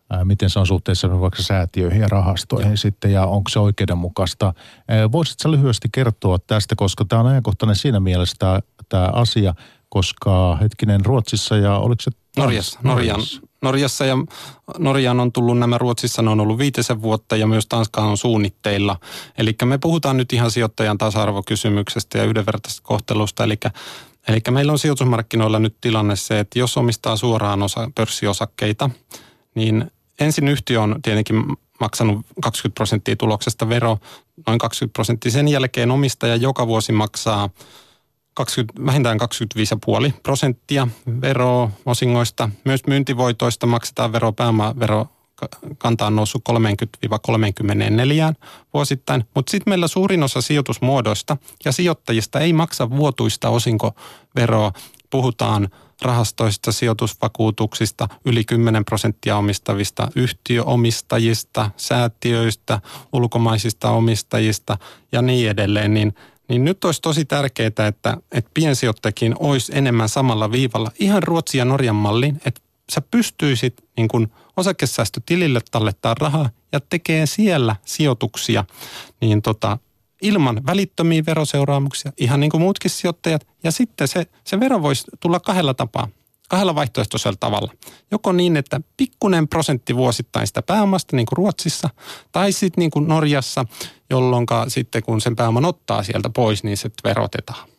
ää, miten se on suhteessa vaikka säätiöihin ja rahastoihin sitten, ja onko se oikeudenmukaista. Ää, voisitko lyhyesti kertoa tästä, koska tämä on ajankohtainen siinä mielessä tämä asia, koska hetkinen Ruotsissa ja oliko se... Norjassa. Norjan, Norjassa ja Norjaan on tullut nämä, Ruotsissa ne on ollut viitisen vuotta ja myös Tanskaan on suunnitteilla. Eli me puhutaan nyt ihan sijoittajan tasa-arvokysymyksestä ja yhdenvertaisesta kohtelusta. Eli, eli meillä on sijoitusmarkkinoilla nyt tilanne se, että jos omistaa suoraan osa pörssiosakkeita, niin ensin yhtiö on tietenkin maksanut kaksikymmentä prosenttia tuloksesta vero, noin kaksikymmentä prosenttia. Sen jälkeen omistaja joka vuosi maksaa kaksikymmentä, vähintään kaksikymmentäviisi pilkku viisi prosenttia veroa osingoista. Myös myyntivoitoista maksetaan vero, pääomavero kanta on noussut kolmekymmentä kolmekymmentäneljä vuosittain. Mutta sitten meillä suurin osa sijoitusmuodoista ja sijoittajista ei maksa vuotuista osinkoveroa. Puhutaan rahastoista, sijoitusvakuutuksista, yli kymmenen prosenttia omistavista yhtiöomistajista, säätiöistä, ulkomaisista omistajista ja niin edelleen, niin Niin nyt olisi tosi tärkeää, että, että piensijoittajakin olisi enemmän samalla viivalla. Ihan Ruotsin ja Norjan mallin, että sä pystyisit niin kuin osakesäästötilille tallettaa rahaa ja tekee siellä sijoituksia niin tota, ilman välittömiä veroseuraamuksia, ihan niin kuin muutkin sijoittajat. Ja sitten se, se vero voisi tulla kahdella tapaa, kahdella vaihtoehtoisella tavalla. Joko niin, että pikkuinen prosentti vuosittain sitä pääomasta, niin kuin Ruotsissa, tai sitten niin kuin Norjassa, jolloin sitten kun sen pääoman ottaa sieltä pois, niin se verotetaan.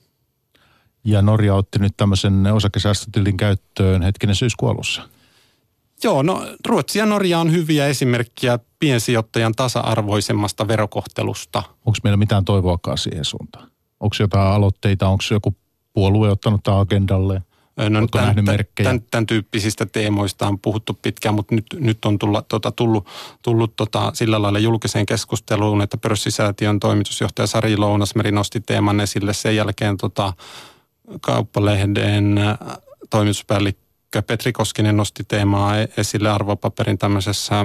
Ja Norja otti nyt tämmöisen osakesäästötilin käyttöön hetkinen syyskuun alussa. Joo, no Ruotsi ja Norja on hyviä esimerkkiä piensijoittajan tasa-arvoisemmasta verokohtelusta. Onko meillä mitään toivoakaan siihen suuntaan? Onko jotain aloitteita, onko joku puolue ottanut tämän agendalle? No, Oletko tämän, nähnyt merkkejä? Tämän, tämän tyyppisistä teemoista on puhuttu pitkään, mutta nyt, nyt on tulla, tota, tullut, tullut tota, sillä lailla julkiseen keskusteluun, että pörssisäätiön toimitusjohtaja Sari Lounasmeri nosti teeman esille. Sen jälkeen tota, Kauppalehden toimituspäällikkö Petri Koskinen nosti teemaa esille arvopaperin tämmöisessä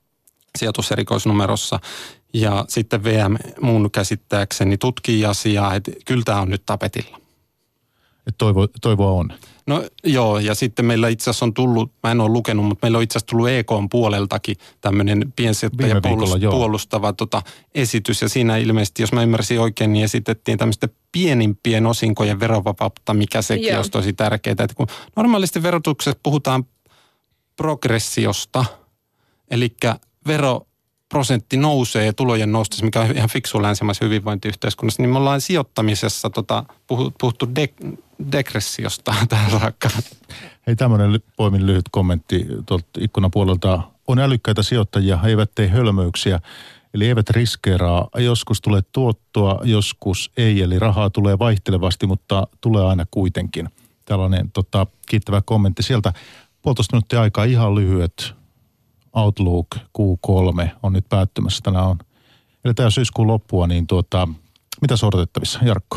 sijoituserikoisnumerossa. Ja sitten V M mun käsittääkseni tutkii asiaa, että kyllä tämä on nyt tapetilla. Että toivo, toivoa on. No joo, ja sitten meillä itse asiassa on tullut, mä en ole lukenut, mutta meillä on itse asiassa tullut E K:n puoleltakin tämmöinen piensijoittaja puolustava tota, esitys. Ja siinä ilmeisesti, jos mä ymmärsin oikein, niin esitettiin tämmöistä pienimpien osinkojen verovapautta, mikä sekin yeah. olisi tosi tärkeää. Että kun normaalisti verotuksessa puhutaan progressiosta, eli vero prosentti nousee tulojen noustessa, mikä on ihan fiksu länsimaisessa hyvinvointiyhteiskunnassa, niin me ollaan sijoittamisessa tota, puhuttu de- degressiosta tähän saakka. Hei, tämmöinen poimin lyhyt kommentti tuolta ikkunapuolelta. On älykkäitä sijoittajia, he eivät tee hölmöyksiä, eli eivät riskeeraa. Joskus tulee tuottoa, joskus ei, eli rahaa tulee vaihtelevasti, mutta tulee aina kuitenkin. Tällainen tota, kiittävä kommentti sieltä. Puolitoista minuuttia aikaa, ihan lyhyet. Outlook Q kolme on nyt päättymässä. Tänään on, eli tämä syyskuun loppua, niin tuota, mitä on odotettavissa, Jarkko?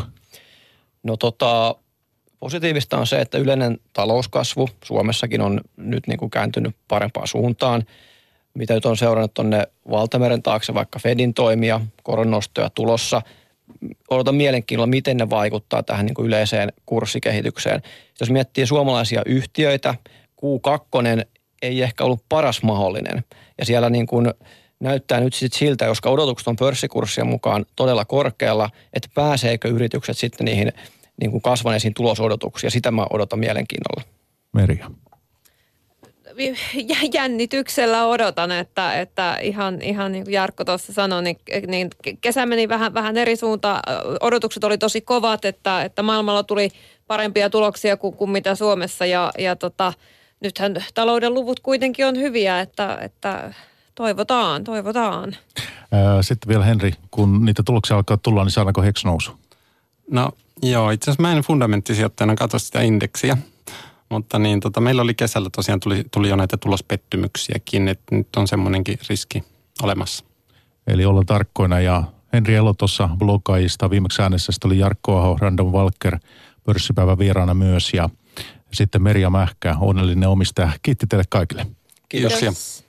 No tota, positiivista on se, että yleinen talouskasvu Suomessakin on nyt niin kuin kääntynyt parempaan suuntaan. Mitä nyt on seurannut tuonne Valtameren taakse, vaikka Fedin toimia, koronnostoja tulossa. Odotan mielenkiinnolla, miten ne vaikuttaa tähän niin kuin yleiseen kurssikehitykseen. Jos miettii suomalaisia yhtiöitä, Q kaksi ei ehkä ollut paras mahdollinen. Ja siellä niin kuin näyttää nyt sit siltä, koska odotukset on pörssikurssien mukaan todella korkealla, että pääseekö yritykset sitten niihin niin kuin kasvaneisiin tulosodotuksiin. Ja sitä mä odotan mielenkiinnolla. Merja. Jännityksellä odotan, että, että ihan, ihan niin kuin Jarkko tuossa sanoi, niin, niin kesä meni vähän, vähän eri suuntaan. Odotukset oli tosi kovat, että, että maailmalla tuli parempia tuloksia kuin, kuin mitä Suomessa ja, ja tota, nythän talouden luvut kuitenkin on hyviä, että, että toivotaan, toivotaan. Sitten vielä Henri, kun niitä tuloksia alkaa tulla, niin saadaanko Hex nousu? No joo, itse asiassa mä en fundamenttisijoittajana katso sitä indeksiä, mutta niin, tota, meillä oli kesällä tosiaan tuli, tuli jo näitä tulospettymyksiäkin, että nyt on semmoinenkin riski olemassa. Eli ollaan tarkkoina ja Henri Elo tuossa bloggaajista viimeksi äänessä, sitten oli Jarkko Aho, Random Walker, pörssipäivän vieraana myös ja sitten Merja Mähkä, onnellinen omistaja. Kiitti teille kaikille. Kiitos. Kiitos.